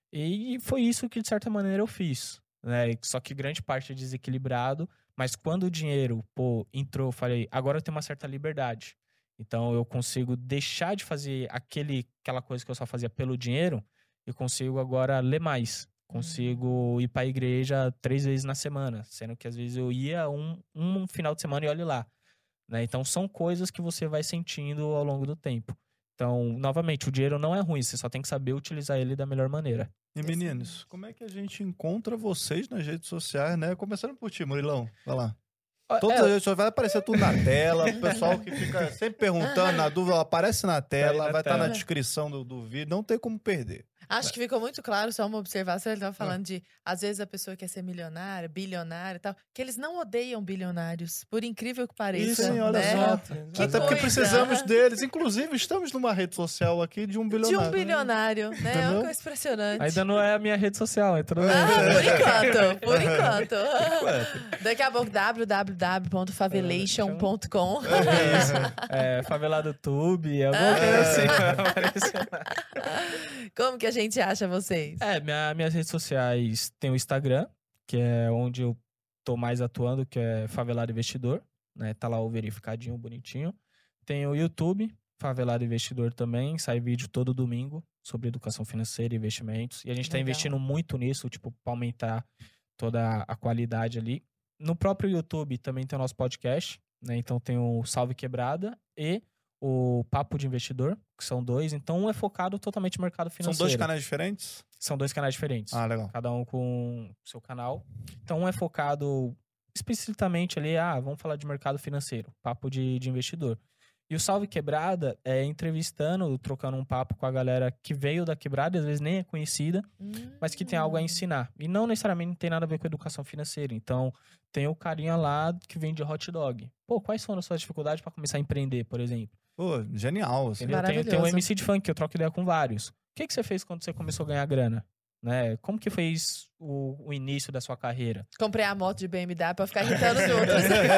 E foi isso que, de certa maneira, eu fiz. Né? Só que grande parte é desequilibrado. Mas quando o dinheiro, pô, entrou, eu falei, agora eu tenho uma certa liberdade. Então eu consigo deixar de fazer aquele, aquela coisa que eu só fazia pelo dinheiro e consigo agora ler mais. Consigo ir pra igreja três vezes na semana, sendo que às vezes eu ia um, um final de semana e olhe lá. Né? Então são coisas que você vai sentindo ao longo do tempo. Então, novamente, o dinheiro não é ruim, você só tem que saber utilizar ele da melhor maneira. E meninos, como é que a gente encontra vocês nas redes sociais, né? Começando por ti, Murilão. Vai lá. Todas É, as redes sociais vai aparecer tudo na tela. O pessoal que fica sempre perguntando, na dúvida, aparece na tela, na vai estar tela. na descrição do, do vídeo. Não tem como perder. Acho que ficou muito claro, só uma observação. Ele tava falando de, às vezes, a pessoa quer ser milionária, bilionária e tal, que eles não odeiam bilionários, por incrível que pareça. Isso, hein, olha né? só. Que Até porque coisa. precisamos deles. Inclusive, estamos numa rede social aqui de um De bilionário. um bilionário, né? É Entendeu? uma coisa impressionante. ainda não é a minha rede social, é tudo bem. Ah, por enquanto, por enquanto. Enquanto. Daqui a pouco, w w w ponto favelation ponto com. É isso. É, Favelado Tube, alguma coisa assim. vai aparecer lá. Como que a gente acha vocês? É, minha, minhas redes sociais tem o Instagram, que é onde eu tô mais atuando, que é Favelado Investidor, né? Tá lá o verificadinho, bonitinho. Tem o YouTube, Favelado Investidor também, sai vídeo todo domingo sobre educação financeira e investimentos. E a gente tá Legal. investindo muito nisso, tipo, pra aumentar toda a qualidade ali. No próprio YouTube também tem o nosso podcast, né? Então tem o Salve Quebrada e o Papo de Investidor, que são dois. Então um é focado totalmente no mercado São financeiro. dois canais diferentes? São dois canais diferentes. Ah, legal. Cada um com o seu canal. Então, um é focado explicitamente ali, ah, vamos falar de mercado financeiro, papo de, de investidor. E o Salve Quebrada é entrevistando, trocando um papo com a galera que veio da quebrada, às vezes nem é conhecida, mas que tem algo a ensinar. E não necessariamente tem nada a ver com educação financeira. Então, tem o carinha lá que vende hot dog. Pô, quais foram as suas dificuldades para começar a empreender, por exemplo? Pô, genial. Assim. Entendeu? Tem, tem o Maravilhoso. M C de funk, que eu troco ideia com vários. O que, que você fez quando você começou a ganhar grana? Né? Como que fez o, o início da sua carreira? Comprei a moto de B M W pra ficar irritando os outros.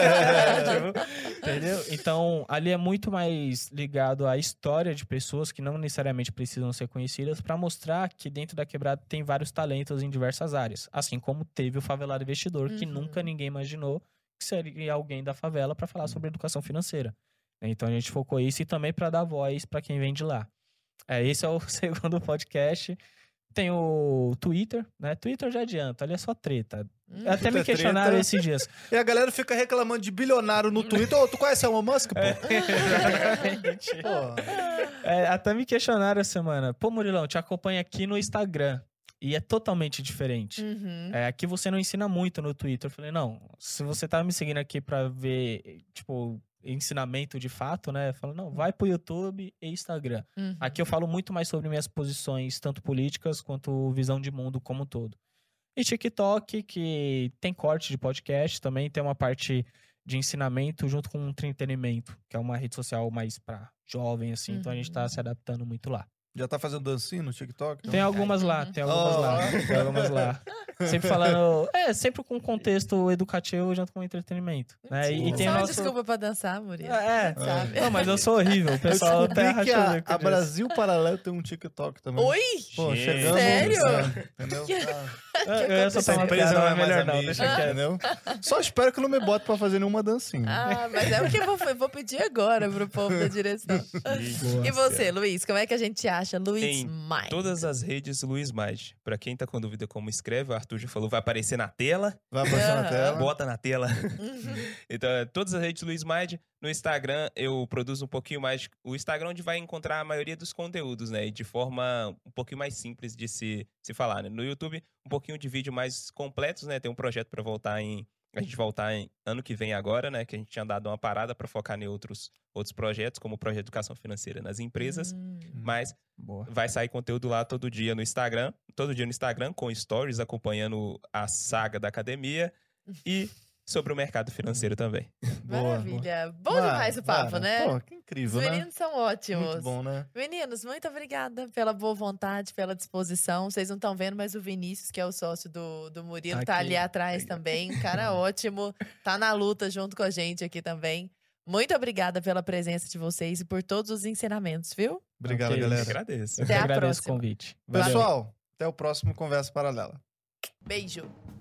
Tipo, entendeu? Então, ali é muito mais ligado à história de pessoas que não necessariamente precisam ser conhecidas para mostrar que dentro da quebrada tem vários talentos em diversas áreas. Assim como teve o Favelado Investidor, que Uhum. nunca ninguém imaginou que seria alguém da favela para falar sobre educação financeira. Então, a gente focou isso e também para dar voz para quem vem de lá. É, esse é o segundo podcast. Tem o Twitter, né? Twitter já adianta, ali é só treta. Hum. Até me Twitter é questionaram treta. esses dias. E a galera fica reclamando de bilionário no Twitter. Ô, tu conhece Elon Musk, pô? Exatamente. Pô, É, até me questionaram essa semana. Pô, Murilão, te acompanho aqui no Instagram. E é totalmente diferente. Uhum. É, aqui você não ensina muito no Twitter. Eu falei, não, se você tá me seguindo aqui pra ver, tipo, ensinamento de fato, né? Eu falo, não, vai pro YouTube e Instagram. Uhum. Aqui eu falo muito mais sobre minhas posições, tanto políticas quanto visão de mundo como um todo. E TikTok, que tem corte de podcast, também tem uma parte de ensinamento junto com entretenimento, que é uma rede social mais pra jovem, assim. Então a gente tá Uhum. se adaptando muito lá. já tá fazendo dancinho no TikTok? Tem algumas lá, tem algumas Oh. lá, tem algumas lá. Sempre falando, é, sempre com contexto educativo junto com entretenimento, né? E, e tem Só o uma nosso... desculpa pra dançar, Murilo. É, Sabe? não, mas eu sou horrível, o pessoal Eu até descobri que racha o a, bico a disso. Brasil Paralelo tem um TikTok também. Oi? Pô, Gente. chegando. Sério? né? Entendeu? Ah, Eu, eu ia soltar uma empresa piada, não é mas melhor mais a não, mídia, deixa quieto. entendeu? Só espero que não me bote pra fazer nenhuma dancinha. Ah, mas é o que eu vou, eu vou pedir agora pro povo da direção. E você, Luiz, como é que a gente acha? Luiz Em Maia. Todas as redes Luiz Mage. Pra quem tá com dúvida como escreve, o Arthur já falou, vai aparecer na tela. Vai aparecer na Aham. tela. Bota na tela. Uhum. Então, é, todas as redes Luiz Mage. No Instagram, eu produzo um pouquinho mais. O Instagram é onde vai encontrar a maioria dos conteúdos, né? E de forma um pouquinho mais simples de se, se falar, né? No YouTube, um pouquinho de vídeo mais completos, né? Tem um projeto pra voltar em. A gente voltar em ano que vem agora, né? Que a gente tinha dado uma parada pra focar em outros, outros projetos, como o projeto de educação financeira nas empresas. Hum. Mas Boa. vai sair conteúdo lá todo dia no Instagram. Todo dia no Instagram, com stories acompanhando a saga da academia. E sobre o mercado financeiro também. Boa. Maravilha. Bom Mara, demais o papo, Mara. né? Pô, que Os incrível, né? meninos são ótimos. Muito bom, né? Meninos, muito obrigada pela boa vontade, pela disposição. Vocês não estão vendo, mas o Vinícius, que é o sócio do, do Murilo, Tá tá aqui. ali atrás também. Um cara ótimo. Tá na luta junto com a gente aqui também. Muito obrigada pela presença de vocês e por todos os ensinamentos, viu? Obrigado, Ok. Eu galera. agradeço. Eu que Até a agradeço o próxima. convite. Valeu. Pessoal, até o próximo Conversa Paralela. Beijo.